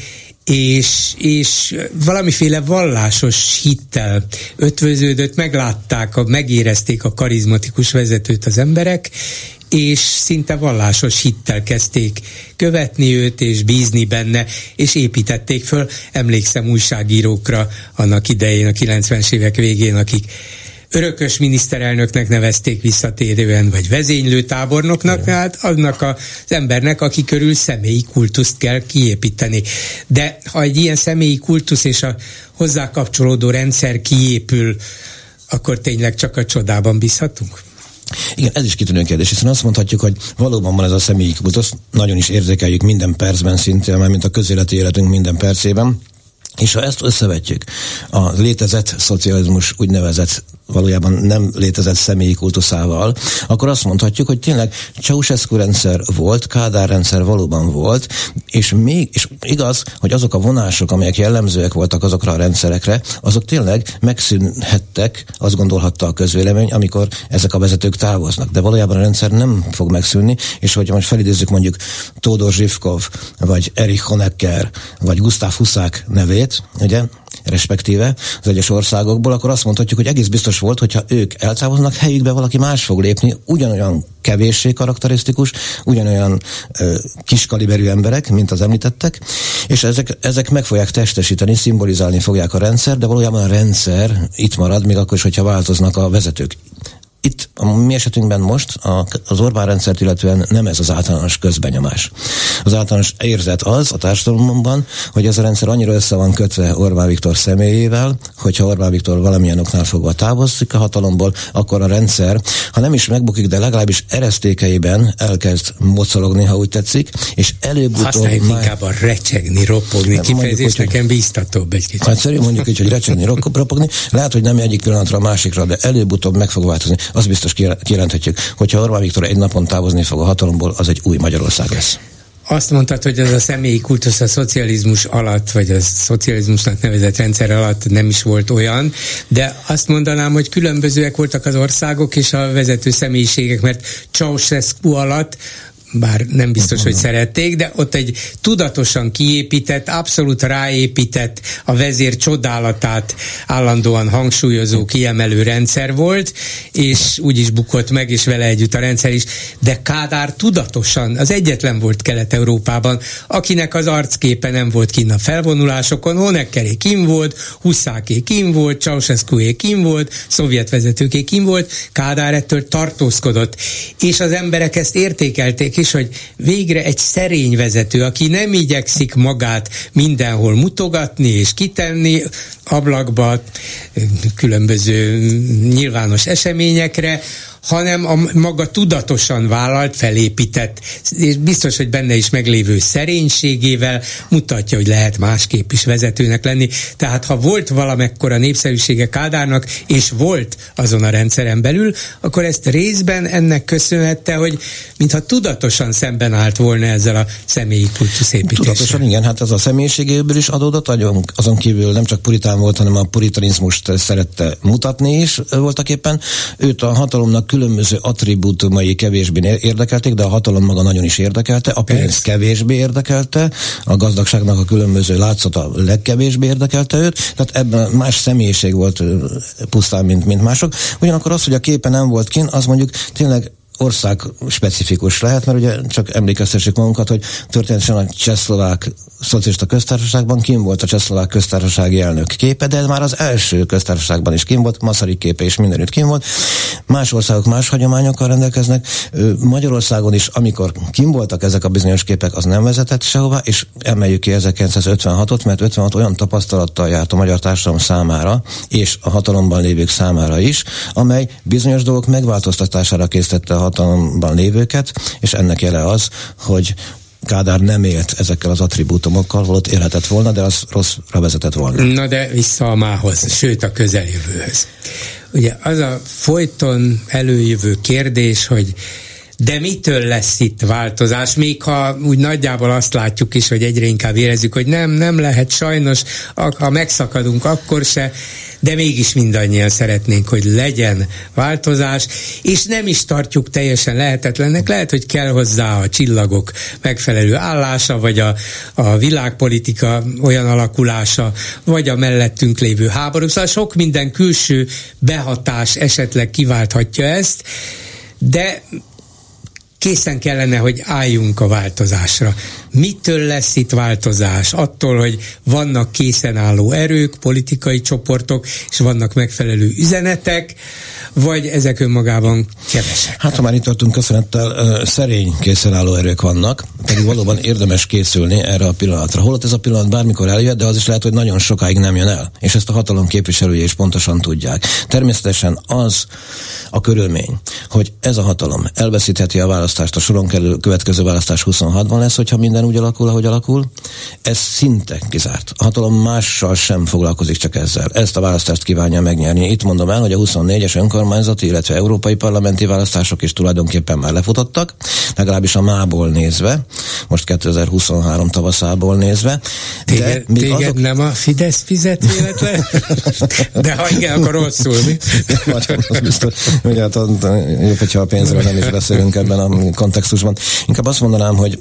és valamiféle vallásos hittel ötvöződött, megérezték a karizmatikus vezetőt az emberek, és szinte vallásos hittel kezdték követni őt, és bízni benne, és építették föl. Emlékszem újságírókra annak idején, a 90-es évek végén, akik örökös miniszterelnöknek nevezték visszatérően, vagy vezénylőtábornoknak, hát annak az embernek, aki körül személyi kultuszt kell kiépíteni. De ha egy ilyen személyi kultusz és a hozzá kapcsolódó rendszer kiépül, akkor tényleg csak a csodában bízhatunk? Igen, ez is kitűnő kérdés, hiszen azt mondhatjuk, hogy valóban van ez a személyi kultusz, nagyon is érzékeljük minden percben szinte, mert mint a közéleti életünk minden percében, és ha ezt összevetjük a létezett szocializmus úgynevezett, valójában nem létezett személyi kultuszával, akkor azt mondhatjuk, hogy tényleg Ceausescu rendszer volt, Kádár rendszer valóban volt, és igaz, hogy azok a vonások, amelyek jellemzőek voltak azokra a rendszerekre, azok tényleg megszűnhettek, azt gondolhatta a közvélemény, amikor ezek a vezetők távoznak. De valójában a rendszer nem fog megszűnni, és hogyha most felidézzük mondjuk Tódor Zsivkov, vagy Erich Honecker, vagy Gustav Huszák nevét, ugye, respektíve az egyes országokból, akkor azt mondhatjuk, hogy egész biztos volt, hogyha ők eltávoznak, helyükbe valaki más fog lépni, ugyanolyan kevéssé karakterisztikus, ugyanolyan kiskaliberű emberek, mint az említettek, és ezek meg fogják testesíteni, szimbolizálni fogják a rendszer, de valójában a rendszer itt marad, még akkor is, hogyha változnak a vezetők. Itt a mi esetünkben most az Orbán rendszert illetően nem ez az általános közbenyomás. Az általános érzet az a társadalomban, hogy ez a rendszer annyira össze van kötve Orbán Viktor személyével, hogyha Orbán Viktor valamilyen oknál fogva távozik a hatalomból, akkor a rendszer, ha nem is megbukik, de legalábbis eresztékeiben elkezd mocorogni, ha úgy tetszik, és előbb-utóbb... Használjuk inkább a recsegni, ropogni kifejezés, nekem bíztatóbb egy kicsit. Egyszerűen mondjuk így, hogy recsegni, ropogni, lehet, hogy nem egyik pillanatra a másikra, de előbb-utóbb meg fog változni. Az biztos kijelenthetjük, hogyha Orbán Viktor egy napon távozni fog a hatalomból, az egy új Magyarország lesz. Azt mondtad, hogy ez a személyi kultusz a szocializmus alatt, vagy a szocializmusnak nevezett rendszer alatt nem is volt olyan, de azt mondanám, hogy különbözőek voltak az országok és a vezető személyiségek, mert Ceausescu alatt, bár nem biztos, hogy szerették, de ott egy tudatosan kiépített, abszolút ráépített, a vezér csodálatát állandóan hangsúlyozó, kiemelő rendszer volt, és úgy is bukott meg, és vele együtt a rendszer is, de Kádár tudatosan az egyetlen volt Kelet-Európában, akinek az arcképe nem volt kinn a felvonulásokon, Honeckeré kinn volt, Huszáké kinn volt, Ceausescué kinn volt, szovjet vezetőké kinn volt, Kádár ettől tartózkodott, és az emberek ezt értékelték is, hogy végre egy szerény vezető, aki nem igyekszik magát mindenhol mutogatni és kitenni ablakba, különböző nyilvános eseményekre, hanem a maga tudatosan vállalt, felépített, és biztos, hogy benne is meglévő szerénységével mutatja, hogy lehet másképp is vezetőnek lenni. Tehát ha volt valamekkora népszerűsége Kádárnak, és volt azon a rendszeren belül, akkor ezt részben ennek köszönhette, hogy mintha tudatosan szemben állt volna ezzel a személyi kultuszépítéssel. Tudatosan, igen, hát ez a személyiségéből is adódott, azon kívül nem csak puritán volt, hanem a puritanizmust szerette mutatni is voltaképpen. Őt a hatalomnak különböző attribútumai kevésbé érdekelték, de a hatalom maga nagyon is érdekelte, a pénz kevésbé érdekelte, a gazdagságnak a különböző látszata legkevésbé érdekelte őt, tehát ebben más személyiség volt pusztán, mint mások. Ugyanakkor az, hogy a képe nem volt kint, az mondjuk tényleg ország specifikus lehet, mert ugye csak emlékeztessük magunkat, hogy történetesen a Csehszlovák Szocialista Köztársaságban kim volt a Csehszlovák Köztársasági elnök képe, de már az első köztársaságban is kim volt, Masaryk képe is mindenütt kim volt. Más országok más hagyományokkal rendelkeznek. Magyarországon is, amikor kim voltak ezek a bizonyos képek, az nem vezetett sehova, és emeljük ki 1956-ot, mert 56 olyan tapasztalattal járt a magyar társadalom számára, és a hatalomban lévők számára is, amely bizonyos dolgok megváltoztatására késztette a hatalomban lévőket, és ennek jele az, hogy Kádár nem élt ezekkel az attribútumokkal, holott élhetett volna, de az rosszra vezetett volna. Na de vissza a mához, sőt a közeljövőhöz. Ugye az a folyton előjövő kérdés, hogy De mitől lesz itt változás? Még ha úgy nagyjából azt látjuk is, hogy egyre inkább érezzük, hogy nem lehet sajnos, ha megszakadunk, akkor se, de mégis mindannyian szeretnénk, hogy legyen változás, és nem is tartjuk teljesen lehetetlennek. Lehet, hogy kell hozzá a csillagok megfelelő állása, vagy a világpolitika olyan alakulása, vagy a mellettünk lévő háború. Szóval sok minden külső behatás esetleg kiválthatja ezt, de készen kellene, hogy álljunk a változásra. Mitől lesz itt változás? Attól, hogy vannak készen álló erők, politikai csoportok, és vannak megfelelő üzenetek, vagy ezek önmagában kevesek? Hát, ha már itt tartunk, köszönettel, szerény készen álló erők vannak, pedig valóban érdemes készülni erre a pillanatra. Holott ez a pillanat bármikor eljött, de az is lehet, hogy nagyon sokáig nem jön el. És ezt a hatalom képviselője is pontosan tudják. Természetesen az a körülmény, hogy ez a hatalom elveszítheti a választást, a soron következő választás 26-ban lesz, hogyha minden úgy alakul, ahogy alakul. Ez szinte kizárt. A hatalom mással sem foglalkozik, csak ezzel. Ezt a választást kívánja megnyerni. Itt mondom el, hogy a 24-es önkormányzati, illetve európai parlamenti választások is tulajdonképpen már lefutottak, legalábbis a mából nézve, most 2023 tavaszából nézve. Téged nem a Fidesz fizet véletlen? De ha igen, akkor rosszul, mi? Az biztos. Ugye, hát, jobb, hogyha a pénzről nem is beszélünk ebben a kontextusban. Inkább azt mondanám, hogy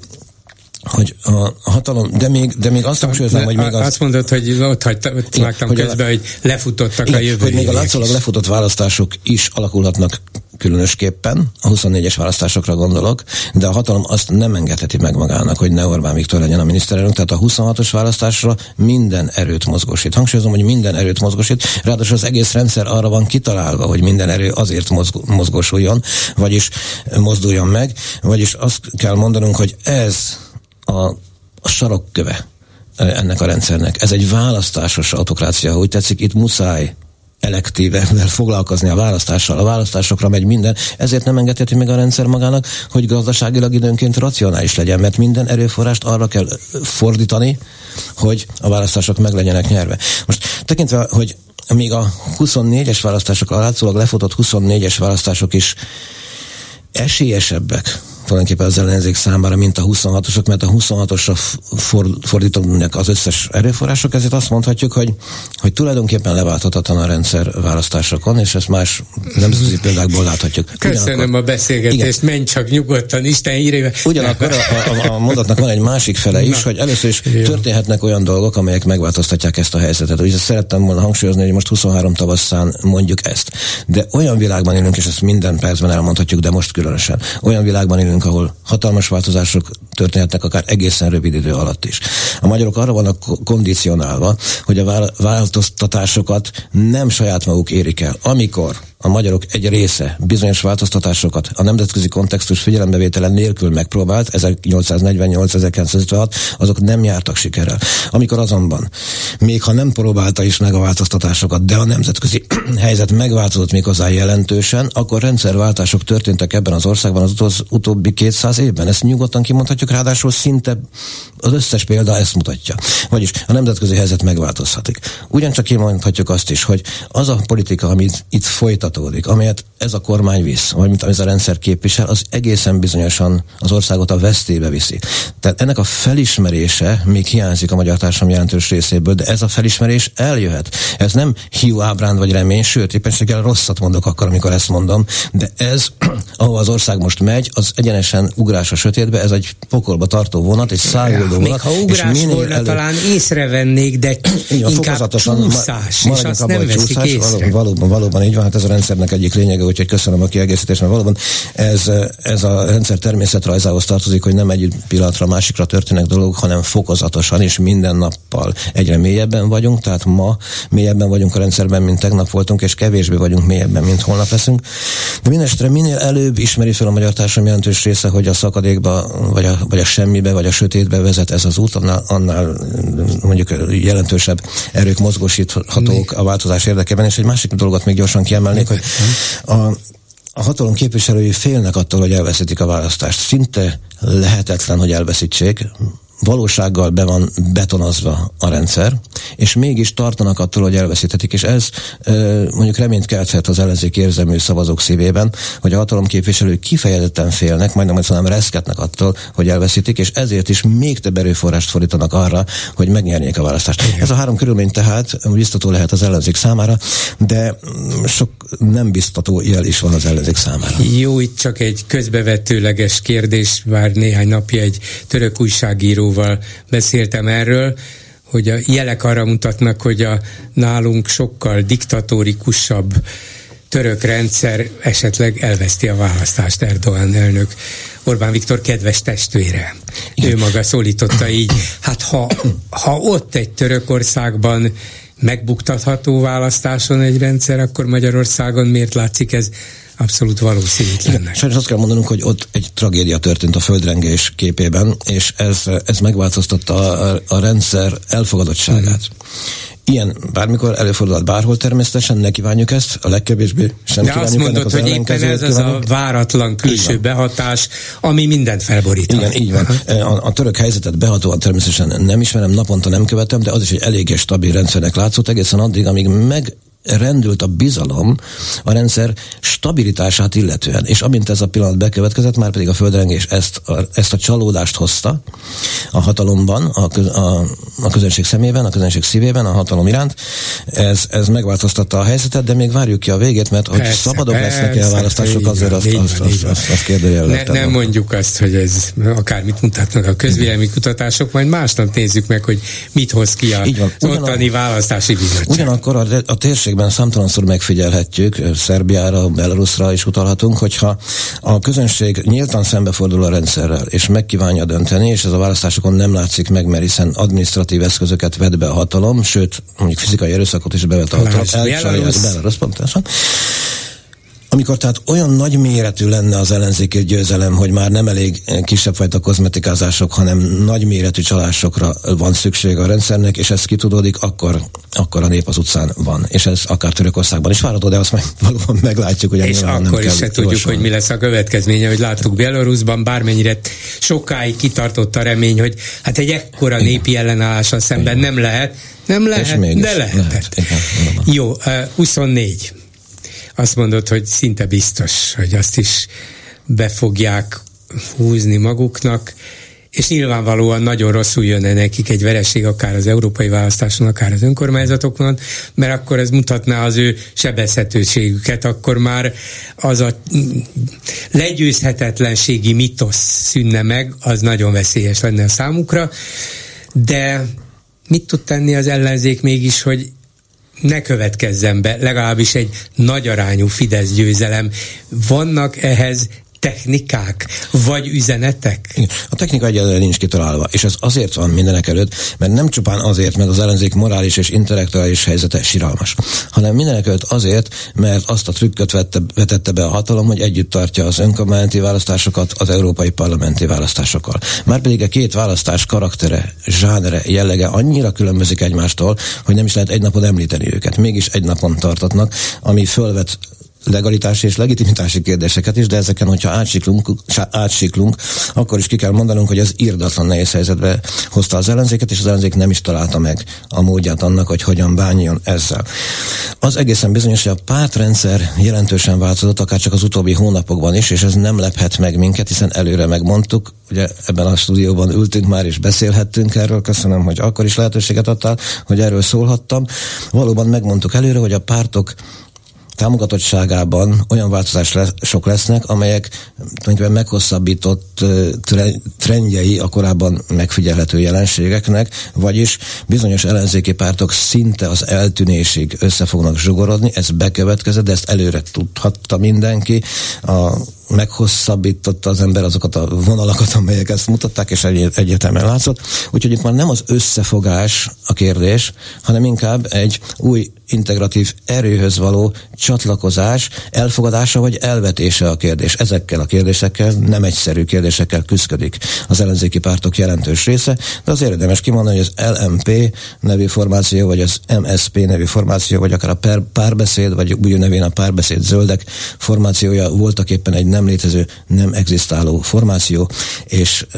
a hatalom, de még azt hangsúlyoznám, hogy még azt mondod, hogy ott vágtam közben, hogy lefutottak a jövő. Hogy még a látszólag lefutott választások is alakulhatnak különösképpen, a 24-es választásokra gondolok, de a hatalom azt nem engedheti meg magának, hogy ne Orbán Viktor legyen a miniszterelnök, tehát a 26-os választásra minden erőt mozgósít. Hangsúlyozom, hogy minden erőt mozgósít, ráadásul az egész rendszer arra van kitalálva, hogy minden erő azért mozgósuljon, vagyis mozduljon meg, vagyis azt kell mondanunk, hogy ez a sarokköve ennek a rendszernek. Ez egy választásos autokrácia, ha úgy tetszik, itt muszáj elektívevel foglalkozni a választással, a választásokra megy minden, ezért nem engedheti meg a rendszer magának, hogy gazdaságilag időnként racionális legyen, mert minden erőforrást arra kell fordítani, hogy a választások meg legyenek nyerve. Most tekintve, hogy még a 24-es választások, a látszólag lefutott 24-es választások is esélyesebbek tulajdonképpen az ellenzék számára, mint a 26-osok, mert a 26-osra fordítanak az összes erőforrások, ezért azt mondhatjuk, hogy tulajdonképpen leválthatatlan a rendszer választásokon, és ezt más nemzetközi példákból láthatjuk. Köszönöm a beszélgetést, menj csak nyugodtan, Isten hírével. Ugyanakkor a mondatnak van egy másik fele is, hogy először is történhetnek olyan dolgok, amelyek megváltoztatják ezt a helyzetet. Úgyhogy szerettem volna hangsúlyozni, hogy most 23 tavasszán mondjuk ezt. De olyan világban élünk, és ezt minden percben elmondhatjuk, de most különösen. Olyan világban élünk, ahol hatalmas változások történhetnek akár egészen rövid idő alatt is. A magyarok arra vannak kondicionálva, hogy a változtatásokat nem saját maguk érik el. Amikor a magyarok egy része bizonyos változtatásokat a nemzetközi kontextus figyelembevételen nélkül megpróbált, 1848-1956, azok nem jártak sikerrel. Amikor azonban, még ha nem próbálta is meg a változtatásokat, de a nemzetközi helyzet megváltozott méghozzá jelentősen, akkor rendszerváltások történtek ebben az országban az utóbbi 200 évben. Ezt nyugodtan kimondhatjuk, ráadásul szinte az összes példa ezt mutatja. Vagyis a nemzetközi helyzet megváltozhatik. Ugyancsak kimondhatjuk azt is, hogy az a politika, amit itt folytatódik, amelyet ez a kormány visz, vagy mint ez a rendszer képvisel, az egészen bizonyosan az országot a vesztébe viszi. Tehát ennek a felismerése még hiányzik a magyar társadalom jelentős részéből, de ez a felismerés eljöhet. Ez nem hiú ábránd vagy remény, sőt, éppenséggel rosszat mondok akkor, amikor ezt mondom, de ez, ahol az ország most megy, az egyenesen ugrás a sötétbe, ez egy pokolba tartó vonat, egy száguldó vonat. Még ha ugrás volna, talán észrevennék, de inkább csúszás, és azt nem veszik észre. Valóban így van, hát ez a rendszernek egyik lényege, úgyhogy köszönöm a kiegészítést, mert valóban ez a rendszer természetrajzához tartozik, hogy nem egy pillanatra másikra történnek dolgok, hanem fokozatosan, és minden nappal egyre mélyebben vagyunk, tehát ma mélyebben vagyunk a rendszerben, mint tegnap voltunk, és kevésbé vagyunk mélyebben, mint holnap leszünk. De mindenesetre minél előbb ismeri fel a magyar társadalom jelentős része, hogy a szakadékba, vagy a semmibe, vagy a sötétbe vezet ez az út, annál mondjuk jelentősebb erők mozgósíthatók a változás érdekében, és egy másik dolgot még gyorsan kiemelnék, hogy a hatalom képviselői félnek attól, hogy elveszítik a választást. Szinte lehetetlen, hogy elveszítsék, valósággal be van betonozva a rendszer, és mégis tartanak attól, hogy elveszíthetik, és ez mondjuk reményt kelthet az ellenzék érzelmű szavazók szívében, hogy a hatalomképviselők kifejezetten félnek, majdnem azt reszketnek attól, hogy elveszítik, és ezért is még több erőforrást fordítanak arra, hogy megnyerjék a választást. Ez a három körülmény tehát biztató lehet az ellenzék számára, de sok nem biztató jel is van az ellenzék számára. Jó, itt csak egy közbevetőleges kérdés, bár néhány napja egy török újságíróval beszéltem erről, hogy a jelek arra mutatnak, hogy a nálunk sokkal diktatórikusabb török rendszer esetleg elveszti a választást. Erdoğan elnök Orbán Viktor kedves testvére. Igen. Ő maga szólította így. Hát ha ott egy Törökországban megbuktatható választáson egy rendszer, akkor Magyarországon miért látszik ez abszolút valószínűtlennek? Sajnos azt kell mondanunk, hogy ott egy tragédia történt a földrengés képében, és ez megváltoztatta a rendszer elfogadottságát. Ilyen bármikor előfordulhat bárhol természetesen, ne kívánjuk ezt, a legkevésbé sem de kívánjuk. De azt mondod, hogy éppen ez az a váratlan külső behatás, ami mindent felboríthat. Igen, így van. A török helyzetet behatóan természetesen nem ismerem, naponta nem követem, de az is egy eléggé stabil rendszernek látszott egészen addig, amíg rendült a bizalom a rendszer stabilitását illetően. És amint ez a pillanat bekövetkezett, már pedig a földrengés ezt a csalódást hozta a hatalomban, a közönség szemében, a közönség szívében, a hatalom iránt. Ez megváltoztatta a helyzetet, de még várjuk ki a végét, mert hogy szabadok lesznek-e a választások, azért azt kérdőjellet. Nem mondjuk azt, hogy ez akármit mutatnak a közvéleménykutatások, majd másnap nézzük meg, hogy mit hoz ki az ottani választási bizottság. Ugyanakkor a térség számtalanszor megfigyelhetjük, Szerbiára, Belarusra is utalhatunk, hogyha a közönség nyíltan szembefordul a rendszerrel, és megkívánja dönteni, és ez a választásokon nem látszik meg, mert hiszen adminisztratív eszközöket vet be a hatalom, sőt, mondjuk fizikai erőszakot is bevet a hatalom. Belarus, pontosan. Amikor tehát olyan nagy méretű lenne az ellenzéki győzelem, hogy már nem elég kisebb fajta kozmetikázások, hanem nagy méretű csalásokra van szükség a rendszernek, és ez kitudódik, akkor a nép az utcán van. És ez akár Törökországban is várható, de azt majd valóban meglátjuk, hogy és akkor is se tudjuk, hogy mi lesz a következménye, hogy láttuk Belarusban, bármennyire sokáig kitartott a remény, hogy hát egy ekkora népi ellenállással szemben nem lehet, de lehetett. Jó, 24. Azt mondod, hogy szinte biztos, hogy azt is be fogják húzni maguknak, és nyilvánvalóan nagyon rosszul jönne nekik egy vereség akár az európai választáson, akár az önkormányzatokon, mert akkor ez mutatná az ő sebezhetőségüket, akkor már az a legyőzhetetlenségi mitosz szűnne meg, az nagyon veszélyes lenne a számukra, de mit tud tenni az ellenzék mégis, hogy ne következzen be legalábbis egy nagyarányú Fidesz győzelem? Vannak ehhez technikák, vagy üzenetek? A technika egyelőre nincs kitalálva, és ez azért van mindenek előtt, mert nem csupán azért, mert az ellenzék morális és intellektuális helyzete siralmas, hanem mindenek előtt azért, mert azt a trükköt vetette be a hatalom, hogy együtt tartja az önkormányzati választásokat az európai parlamenti választásokkal. Márpedig a két választás karaktere, zsánere, jellege annyira különbözik egymástól, hogy nem is lehet egy napon említeni őket. Mégis egy napon tartatnak, ami fölvet legalitási és legitimitási kérdéseket is, de ezeken, hogyha átsiklunk, akkor is ki kell mondanunk, hogy ez irdatlan nehéz helyzetbe hozta az ellenzéket, és az ellenzék nem is találta meg a módját annak, hogy hogyan bánjon ezzel. Az egészen bizonyos, hogy a pártrendszer jelentősen változott, akár csak az utóbbi hónapokban is, és ez nem lephet meg minket, hiszen előre megmondtuk, ugye ebben a stúdióban ültünk már, és beszélhettünk erről, köszönöm, hogy akkor is lehetőséget adtál, hogy erről szólhattam. Valóban megmondtuk előre, hogy a pártok támogatottságában olyan változások lesznek, amelyek tulajdonképpen meghosszabbított trendjei a korábban megfigyelhető jelenségeknek, vagyis bizonyos ellenzéki pártok szinte az eltűnésig össze fognak zsugorodni, ez bekövetkezett, de ezt előre tudhatta mindenki. Meghosszabbította az ember azokat a vonalakat, amelyek ezt mutatták, és egyértelműen látszott. Úgyhogy itt már nem az összefogás a kérdés, hanem inkább egy új integratív erőhöz való csatlakozás, elfogadása vagy elvetése a kérdés. Ezekkel a kérdésekkel, nem egyszerű kérdésekkel küszködik az ellenzéki pártok jelentős része, de azért érdemes kimondani, hogy az LMP nevű formáció, vagy az MSP nevű formáció, vagy akár a párbeszéd, vagy új nevén a párbeszéd zöldek formációja voltak éppen egy nem létező, nem egzisztáló formáció, és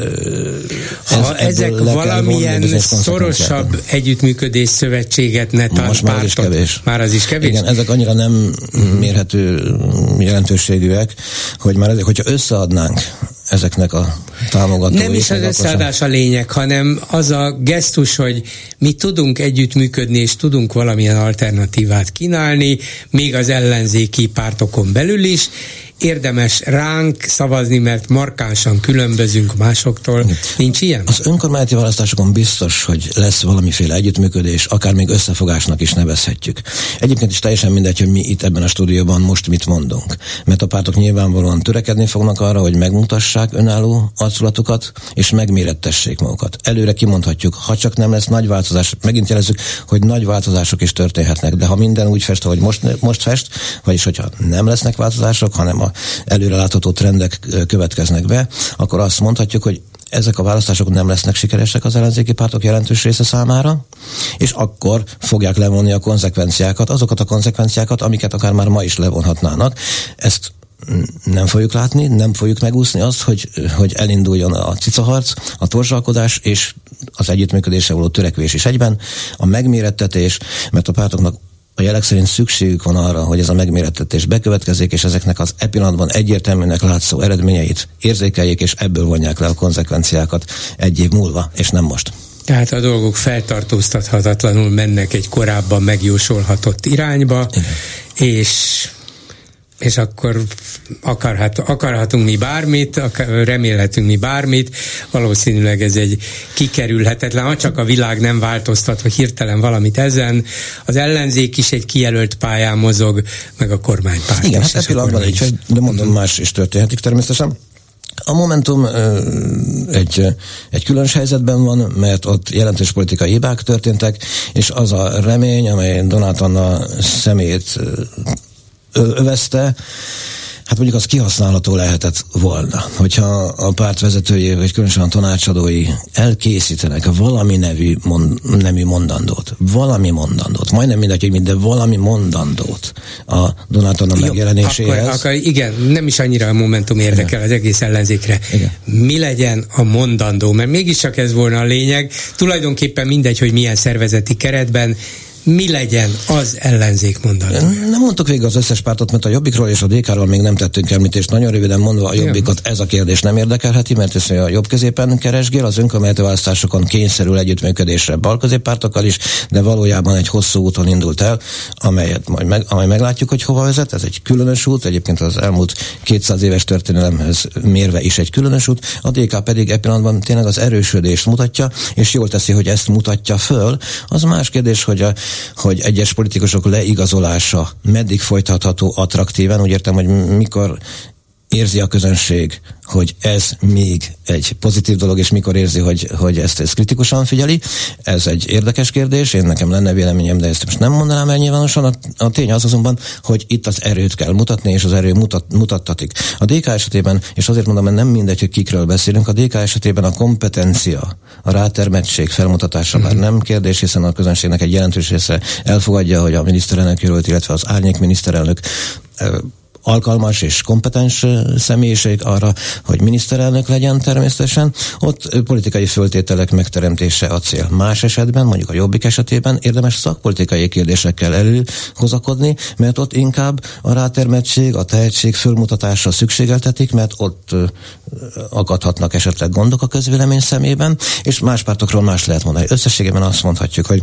ezek valamilyen szorosabb együttműködés szövetséget ne tart. Most már is kevés. Már az is kevés? Igen, ezek annyira nem mérhető jelentőségűek, hogy már hogyha összeadnánk ezeknek a támogatói. Nem is az összeadás a lényeg, hanem az a gesztus, hogy mi tudunk együttműködni, és tudunk valamilyen alternatívát kínálni, még az ellenzéki pártokon belül is. Érdemes ránk szavazni, mert markánsan különbözünk másoktól. Nincs ilyen? Az önkormányzati választásokon biztos, hogy lesz valamiféle együttműködés, akár még összefogásnak is nevezhetjük. Egyébként is teljesen mindegy, hogy mi itt ebben a stúdióban most mit mondunk. Mert a pártok nyilvánvalóan törekedni fognak arra, hogy megmutassák önálló arculatukat, és megmérettessék magukat. Előre kimondhatjuk, ha csak nem lesz nagy változás, megint jelezzük, hogy nagy változások is történhetnek, de ha minden úgy fest, ahogy most fest, vagyis hogyha nem lesznek változások, hanem a előrelátható trendek következnek be, akkor azt mondhatjuk, hogy ezek a választások nem lesznek sikeresek az ellenzéki pártok jelentős része számára, és akkor fogják levonni a konzekvenciákat, azokat a konzekvenciákat, amiket akár már ma is levonhatnának. Ezt nem fogjuk látni, nem fogjuk megúszni azt, hogy elinduljon a cicaharc, a torzsalkodás és az együttműködésre való törekvés is egyben, a megmérettetés, mert a pártoknak a jelek szerint szükségük van arra, hogy ez a megmérettetés bekövetkezzék, és ezeknek az pillanatban egyértelműnek látszó eredményeit érzékeljék, és ebből vonják le a konzekvenciákat egy év múlva, és nem most. Tehát a dolgok feltartóztathatatlanul mennek egy korábban megjósolhatott irányba, igen. És akkor akarhatunk mi bármit, remélhetünk mi bármit, valószínűleg ez egy kikerülhetetlen, ha csak a világ nem változtat, vagy hirtelen valamit ezen, az ellenzék is egy kijelölt pályán mozog, meg a kormánypárt. Igen, hát pillanatban így, de mondom, más is történhetik természetesen. A Momentum egy különös helyzetben van, mert ott jelentős politikai hibák történtek, és az a remény, amely Donát Anna személyét övezte, hát mondjuk az kihasználható lehetett volna, hogyha a párt vezetői, vagy különösen a tanácsadói elkészítenek valami nemű mondandót, majdnem mindegy, hogy de valami mondandót a Donát Anna megjelenéséhez. Akkor igen, nem is annyira a Momentum érdekel az egész ellenzékre. Igen. Mi legyen a mondandó? Mert mégiscsak ez volna a lényeg. Tulajdonképpen mindegy, hogy milyen szervezeti keretben, mi legyen az ellenzék mondandója? Nem mondtuk végig az összes pártot, mert a Jobbikról és a DK-ról még nem tettünk említést. Nagyon röviden mondva, a Jobbikot ez a kérdés nem érdekelheti, mert ez a jobb középen keresgél, az önkormányzati választásokon kényszerül együttműködésre balközéppártokkal is, de valójában egy hosszú úton indult el, amely meglátjuk, hogy hova vezet. Ez egy különös út, egyébként az elmúlt 200 éves történelemhez mérve is egy különös út. A DK pedig pillanatban tényleg az erősödést mutatja, és jól teszi, hogy ezt mutatja föl. Az más kérdés, hogy egyes politikusok leigazolása meddig folytatható attraktíven, úgy értem, hogy mikor érzi a közönség, hogy ez még egy pozitív dolog, és mikor érzi, hogy ezt kritikusan figyeli. Ez egy érdekes kérdés, nekem lenne véleményem, de ezt most nem mondanám el nyilvánosan. A tény az azonban, hogy itt az erőt kell mutatni, és az erő mutattatik. A DK esetében, és azért mondom, mert nem mindegy, hogy kikről beszélünk, a DK esetében a kompetencia, a rátermettség felmutatása már nem kérdés, hiszen a közönségnek egy jelentős része elfogadja, hogy a miniszterelnök jelölt, illetve az árnyék miniszterelnök alkalmas és kompetens személyiség arra, hogy miniszterelnök legyen természetesen. Ott politikai föltételek megteremtése a cél. Más esetben, mondjuk a Jobbik esetében érdemes szakpolitikai kérdésekkel előhozakodni, mert ott inkább a rátermettség, a tehetség fölmutatása szükségeltetik, mert ott akadhatnak esetleg gondok a közvélemény szemében, és más pártokról más lehet mondani. Összességében azt mondhatjuk, hogy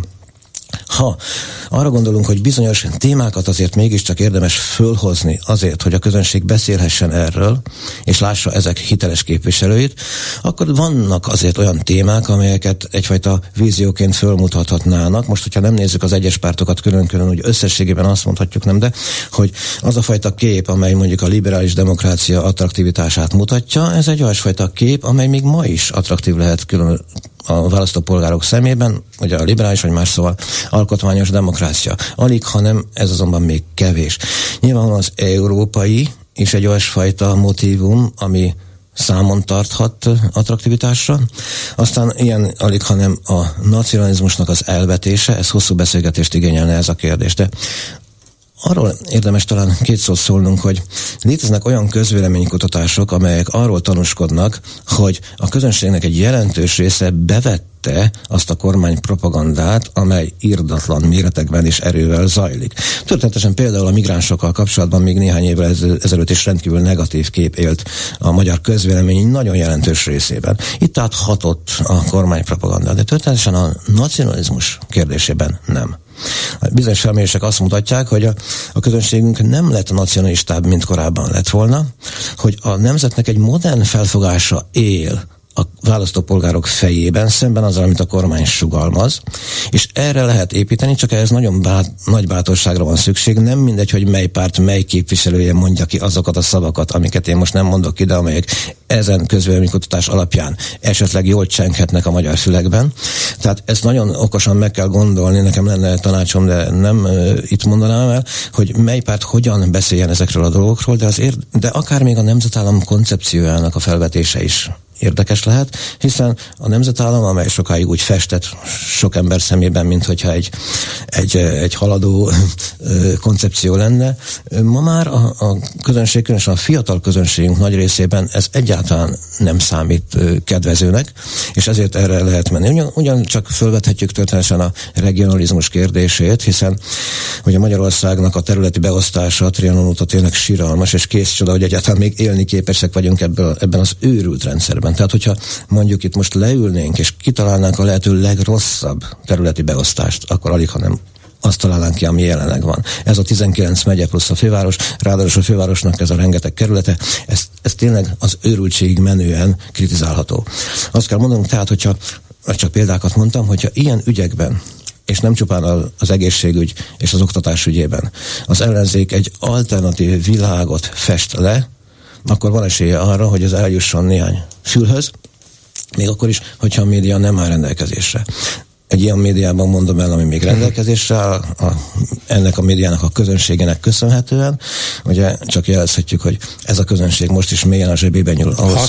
ha arra gondolunk, hogy bizonyos témákat azért mégiscsak érdemes fölhozni azért, hogy a közönség beszélhessen erről, és lássa ezek hiteles képviselőit, akkor vannak azért olyan témák, amelyeket egyfajta vízióként fölmutathatnának. Most, hogyha nem nézzük az egyes pártokat külön-külön, úgy összességében azt mondhatjuk, nem, de hogy az a fajta kép, amely mondjuk a liberális demokrácia attraktivitását mutatja, ez egy olyasfajta kép, amely még ma is attraktív lehet külön a választópolgárok szemében, vagy a liberális, vagy más szóval alkotmányos demokrácia. Alig, hanem ez azonban még kevés. Nyilvánvalóan az európai is egy olyasfajta motívum, ami számon tarthat attraktivitásra. Aztán ilyen alig, hanem a nacionalizmusnak az elvetése, ez hosszú beszélgetést igényelne ez a kérdés. De Arról érdemes talán két szót szólnunk, hogy léteznek olyan közvéleménykutatások, amelyek arról tanúskodnak, hogy a közönségnek egy jelentős része bevette azt a kormány propagandát, amely irdatlan méretekben és erővel zajlik. Történetesen például a migránsokkal kapcsolatban még néhány évvel ezelőtt is rendkívül negatív kép élt a magyar közvélemény nagyon jelentős részében. Itt áthatott a kormány propaganda, de történetesen a nacionalizmus kérdésében nem. Bizonyos felmérések azt mutatják, hogy a közönségünk nem lett nacionalistább, mint korábban lett volna, hogy a nemzetnek egy modern felfogása él a választópolgárok fejében, szemben azzal, amit a kormány sugalmaz, és erre lehet építeni, csak ehhez nagyon nagy bátorságra van szükség. Nem mindegy, hogy mely párt, mely képviselője mondja ki azokat a szavakat, amiket én most nem mondok ki, de amelyek ezen közvéleménykutatás alapján esetleg jól csenghetnek a magyar fülekben. Tehát ezt nagyon okosan meg kell gondolni, nekem lenne tanácsom, de nem itt mondanám el, hogy mely párt hogyan beszéljen ezekről a dolgokról, de akár még a nemzetállam koncepciójának a felvetése is érdekes lehet, hiszen a nemzetállam, amely sokáig úgy festett sok ember szemében, mint hogyha egy haladó koncepció lenne, ma már a közönség, különösen a fiatal közönségünk nagy részében ez egyáltalán nem számít kedvezőnek, és ezért erre lehet menni. Ugyancsak fölvethetjük történetesen a regionalizmus kérdését, hiszen hogy a Magyarországnak a területi beosztása a Trianon óta tényleg siralmas, és kész csoda, hogy egyáltalán még élni képesek vagyunk ebben az őrült rendszerben. Tehát, hogyha mondjuk itt most leülnénk, és kitalálnánk a lehető legrosszabb területi beosztást, akkor alig, hanem azt találnánk ki, ami jelenleg van. Ez a 19 megye plusz a főváros, ráadásul a fővárosnak ez a rengeteg kerülete, ez tényleg az őrültségig menően kritizálható. Azt kell mondanunk tehát, hogyha csak példákat mondtam, hogyha ilyen ügyekben, és nem csupán az egészségügy és az oktatás ügyében, az ellenzék egy alternatív világot fest le, akkor van esélye arra, hogy ez eljusson néhány fülhöz, még akkor is, hogyha a média nem áll rendelkezésre. Egy ilyen médiában mondom el, ami még rendelkezésre áll, ennek a médiának a közönségének köszönhetően, ugye csak jelezhetjük, hogy ez a közönség most is mélyen a zsebében nyúl ahhoz,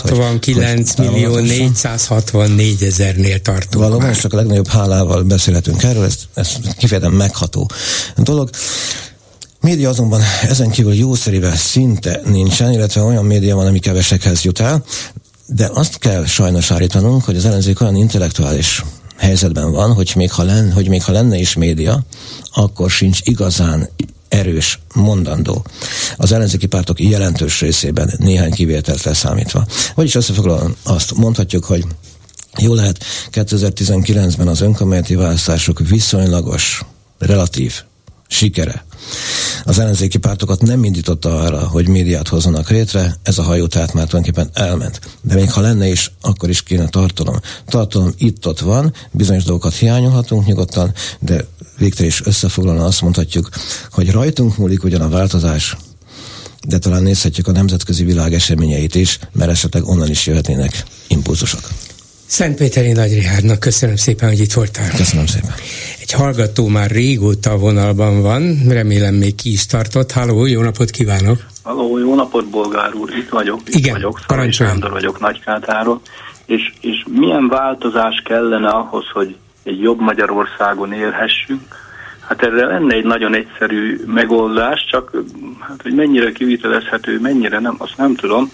69.464.000-nél tartunk. Valóban, csak a legnagyobb hálával beszélhetünk erről, ez kifejezetten megható dolog. Média azonban ezen kívül jószerivel szinte nincsen, illetve olyan média van, ami kevesekhez jut el, de azt kell sajnos állítanunk, hogy az ellenzék olyan intellektuális helyzetben van, hogy még ha lenne is média, akkor sincs igazán erős mondandó. Az ellenzéki pártok jelentős részében néhány kivételt leszámítva. Vagyis összefoglalva azt mondhatjuk, hogy jó lehet 2019-ben az önkormányzati választások viszonylagos, relatív sikere az ellenzéki pártokat nem indította arra, hogy médiát hozzanak létre, ez a hajó tehát már tulajdonképpen elment. De még ha lenne is, akkor is kéne tartalom. Tartalom itt-ott van, bizonyos dolgokat hiányolhatunk nyugodtan, de végtelen is összefoglalva azt mondhatjuk, hogy rajtunk múlik ugyan a változás, de talán nézhetjük a nemzetközi világ eseményeit is, mert esetleg onnan is jöhetnének impulzusok. Szentpéteri Nagy Richárdnak köszönöm szépen, hogy itt voltál. Köszönöm szépen. Egy hallgató már régóta a vonalban van, remélem még ki is tartott. Halló, jó napot kívánok! Halló, jó napot, Bolgár úr, itt vagyok. Igen, parancsoljon. Sándor vagyok Nagykátáról. És milyen változás kellene ahhoz, hogy egy jobb Magyarországon élhessünk? Hát erre lenne egy nagyon egyszerű megoldás, csak hát, hogy mennyire kivitelezhető, mennyire nem, azt nem tudom.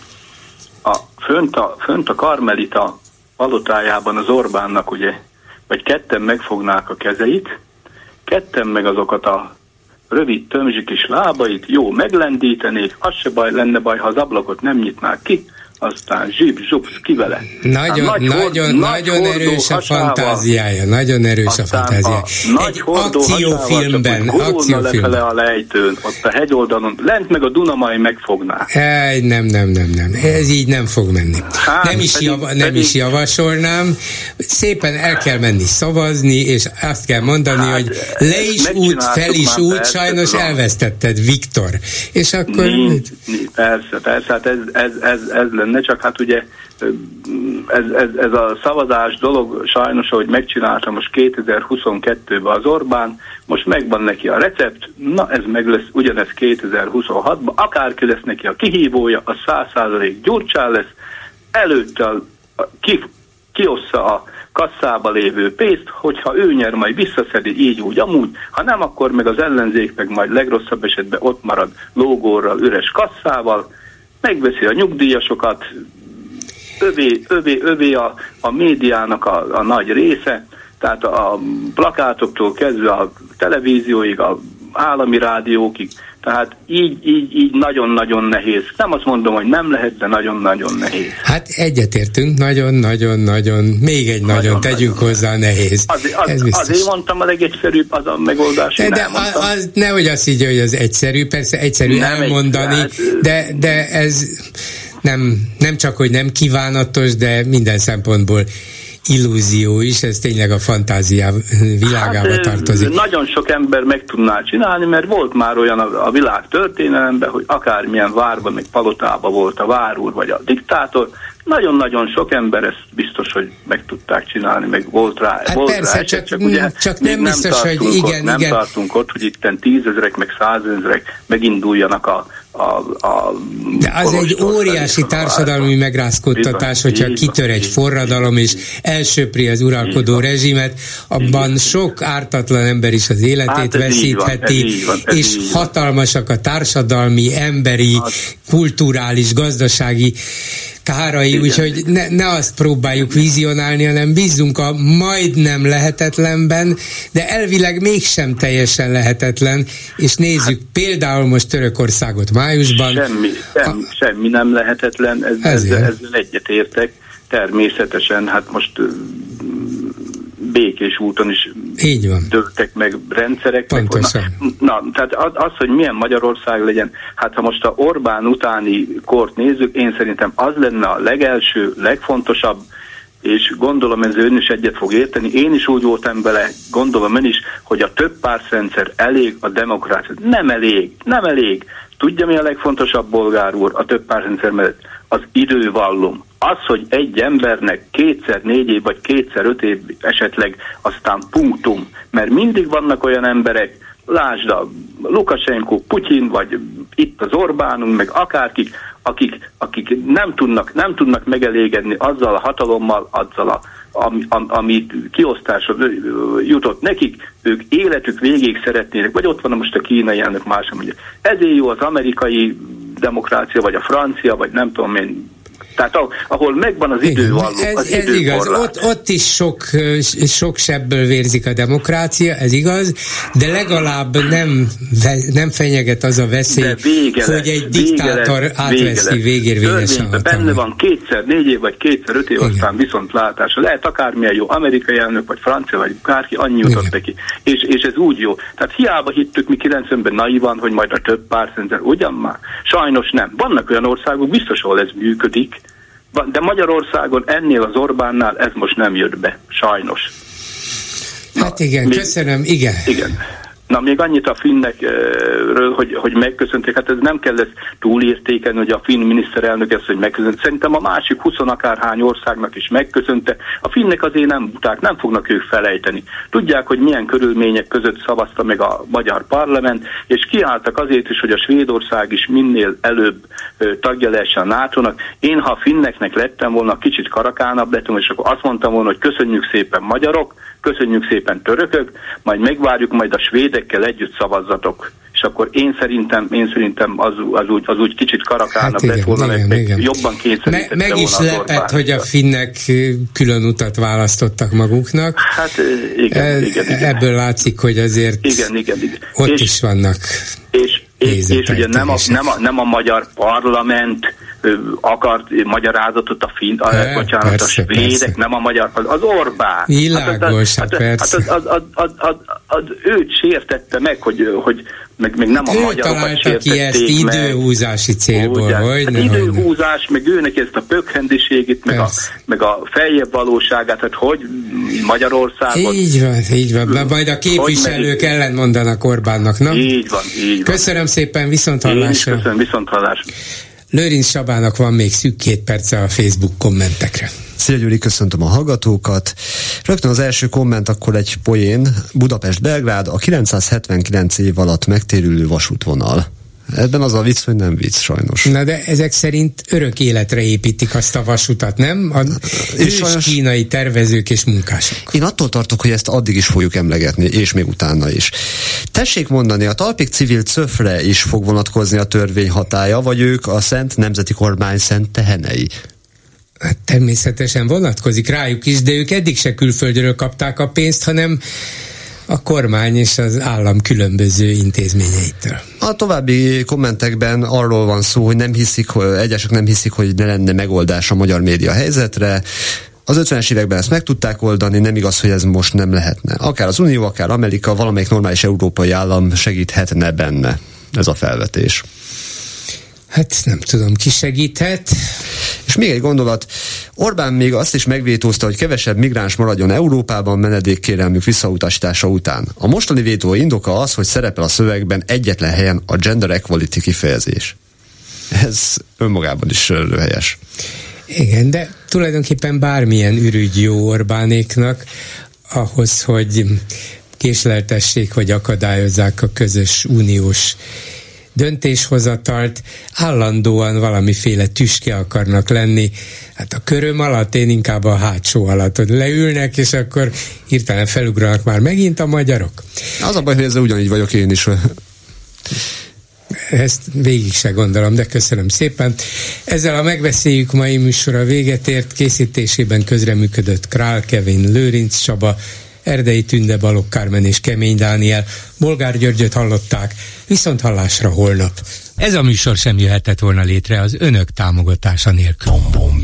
Fönt a Karmelita palotájában az Orbánnak ugye, vagy ketten megfognák a kezeit, ketten meg azokat a rövid tömzsi kis lábait, jó, meglendítenék, az se lenne baj, ha az ablakot nem nyitnák ki, aztán zsip-zsupsz ki vele. Nagyon erős a fantáziája, nagyon erős a fantáziája. Egy akciófilmben, lefele a lejtőn, ott a hegyoldalon, lent meg a Duna majd megfogná. Nem. Ez így nem fog menni. Nem is javasolnám. Szépen el kell menni szavazni, és azt kell mondani, hogy le is út, fel is út, sajnos elvesztetted, Viktor. És akkor... Persze, hát ez lenne, csak hát ugye ez a szavazás dolog sajnos, ahogy megcsinálta most 2022-ben az Orbán, most megvan neki a recept, na ez meg lesz ugyanez 2026-ban, akárki lesz neki a kihívója, a 100% Gyurcsán lesz, előtte kiossza a kasszába lévő pénzt, hogyha ő nyer, majd visszaszedi így úgy amúgy, ha nem, akkor meg az ellenzék meg majd legrosszabb esetben ott marad lógórral, üres kasszával, megveszi a nyugdíjasokat, övé a médiának a nagy része, tehát a plakátoktól kezdve a televízióig, a állami rádiókig, tehát így nagyon-nagyon nehéz. Nem azt mondom, hogy nem lehet, de nagyon-nagyon nehéz. Hát egyetértünk, nagyon-nagyon, még egy nagyon tegyünk hozzá, nehéz. Azért mondtam a legegyszerűbb, az a megoldás. De nehogy azt így, hogy az egyszerű, persze egyszerű nem elmondani, de ez nem csak, hogy nem kívánatos, de minden szempontból illúzió is, ez tényleg a fantázia világába tartozik. Nagyon sok ember meg tudná csinálni, mert volt már olyan a világ történelemben, hogy akármilyen várban, meg palotában volt a várúr vagy a diktátor, nagyon-nagyon sok ember ezt biztos, hogy meg tudták csinálni, meg volt rá. Hát volt persze, rá csak nem biztos, hogy igen. Nem tartunk ott, hogy itten 10,000-ek, meg 100,000-ek meginduljanak de az egy óriási társadalmi megrázkódtatás, hogyha kitör egy forradalom, és elsöpri az uralkodó rezsimet, abban sok ártatlan ember is az életét veszítheti, és hatalmasak a társadalmi, emberi, kulturális, gazdasági kárai, úgyhogy ne azt próbáljuk vizionálni, hanem bízzunk a majdnem lehetetlenben, de elvileg mégsem teljesen lehetetlen, és nézzük például most Törökországot májusban. Semmi nem lehetetlen, ezzel egyetértek. Természetesen, hát most békés úton is dőltek meg rendszerek. Tehát az, hogy milyen Magyarország legyen, hát ha most a Orbán utáni kort nézzük, én szerintem az lenne a legelső, legfontosabb, és gondolom ez ön is egyet fog érteni, én is úgy voltam vele, gondolom ön is, hogy a több pártrendszer elég a demokrácia. Nem elég. Tudja, mi a legfontosabb, bolgár úr, a több pártrendszer mellett? Az idővallum. Az, hogy egy embernek 2x4 év, vagy 2x5 év esetleg, aztán punktum. Mert mindig vannak olyan emberek, lásd a Lukasenko, Putyin, vagy itt az Orbánunk, meg akárkik, akik nem tudnak megelégedni azzal a hatalommal, azzal amit kiosztásra jutott nekik, ők életük végéig szeretnének, vagy ott van most a kínai elnök, más sem mondja. Ezért jó az amerikai demokrácia, vagy a francia, vagy nem tudom én. Tehát ahol megvan az idővalló, az ez igaz, ott is sok sebből vérzik a demokrácia, ez igaz, de legalább nem fenyeget az a veszély, hogy egy diktátor átveszi végérvényesen hatalmat. Benne van 2x4 év, vagy 2x5 év, aztán viszontlátásra. Lehet akármilyen jó amerikai elnök, vagy francia, vagy bárki, annyi jutott neki. És ez úgy jó. Tehát hiába hittük mi 90-ben naivan, hogy majd a több pártrendszer, ugyan már? Sajnos nem. Vannak olyan országok, biztos, ahol ez működik, de Magyarországon ennél az Orbánnál ez most nem jött be, sajnos. Hát igen, köszönöm, igen. Na, még annyit a finnekről, hogy megköszönték, hát ez nem kell ezt túlértékelni, hogy a finn miniszterelnök ezt, hogy megköszönt. Szerintem a másik 20 akárhány országnak is megköszönte. A finnek azért nem buták, nem fognak ők felejteni. Tudják, hogy milyen körülmények között szavazta meg a magyar parlament, és kiálltak azért is, hogy a Svédország is minél előbb tagja lehessen a NATO-nak. Én, ha a finneknek lettem volna, kicsit karakánabb lettem, és akkor azt mondtam volna, hogy köszönjük szépen magyarok, köszönjük szépen törökök, majd megvárjuk, majd a svédekkel együtt szavazzatok. És akkor én szerintem az úgy kicsit karakánabb lett volna, meg jobban kényszerítette meg is lepett, hogy a finnek külön utat választottak maguknak. Hát igen. Ebből látszik, hogy azért igen. ott is vannak és ugye nem a magyar parlament akart magyarázatot a a svédek, nem a magyar, az Orbán. Világos, persze. Az őt sértette meg, hogy meg nem a magyarokat sértették ki ezt időhúzási célból, időhúzás, meg őnek ezt a pökhendiségét, meg a feljebb valóságát, hát hogy Magyarországon. Így van. Majd a képviselők ellen mondanak Orbánnak, na? Így van. Köszönöm szépen, viszonthallásra. Köszönöm, viszonthallásra. Lőrinc Csabának van még szűk 2 perce a Facebook kommentekre. Szia Gyuri, köszöntöm a hallgatókat. Rögtön az első komment akkor egy poén. Budapest-Belgrád, a 979 év alatt megtérülő vasútvonal. Ebben az a vicc, hogy nem vicc, sajnos. Na de ezek szerint örök életre építik azt a vasutat, nem? A ős kínai tervezők és munkások. Én attól tartok, hogy ezt addig is fogjuk emlegetni, és még utána is. Tessék mondani, a talpig civil CÖF-re is fog vonatkozni a törvény hatálya, vagy ők a szent nemzeti kormány szent tehenei? Hát természetesen vonatkozik rájuk is, de ők eddig se külföldről kapták a pénzt, hanem a kormány és az állam különböző intézményeitől. A további kommentekben arról van szó, hogy egyesek nem hiszik, hogy ne lenne megoldás a magyar média helyzetre. Az 50-es években ezt meg tudták oldani, nem igaz, hogy ez most nem lehetne. Akár az Unió, akár Amerika, valamelyik normális európai állam segíthetne benne. Ez a felvetés. Hát nem tudom, ki segíthet. És még egy gondolat, Orbán még azt is megvétózta, hogy kevesebb migráns maradjon Európában menedékkérelmük visszautasítása után. A mostani vétó indoka az, hogy szerepel a szövegben egyetlen helyen a gender equality kifejezés. Ez önmagában is helyes. Igen, de tulajdonképpen bármilyen ürügy jó Orbánéknak ahhoz, hogy késleltessék vagy akadályozzák a közös uniós döntéshozatalt, állandóan valamiféle tüske akarnak lenni. Hát a köröm alatt, én inkább a hátsó alatt, hogy leülnek, és akkor hirtelen felugranak már megint a magyarok. Az a baj, hogy ezzel ugyanígy vagyok én is. Ezt végig se gondolom, de köszönöm szépen. Ezzel a Megbeszéljük mai műsora véget ért, készítésében közreműködött Král Kevin, Lőrinc Csaba, Erdei Tünde, Balogh Kármen és Kemény Dániel. Bolgár Györgyöt hallották, viszont hallásra holnap. Ez a műsor sem jöhetett volna létre az önök támogatása nélkül.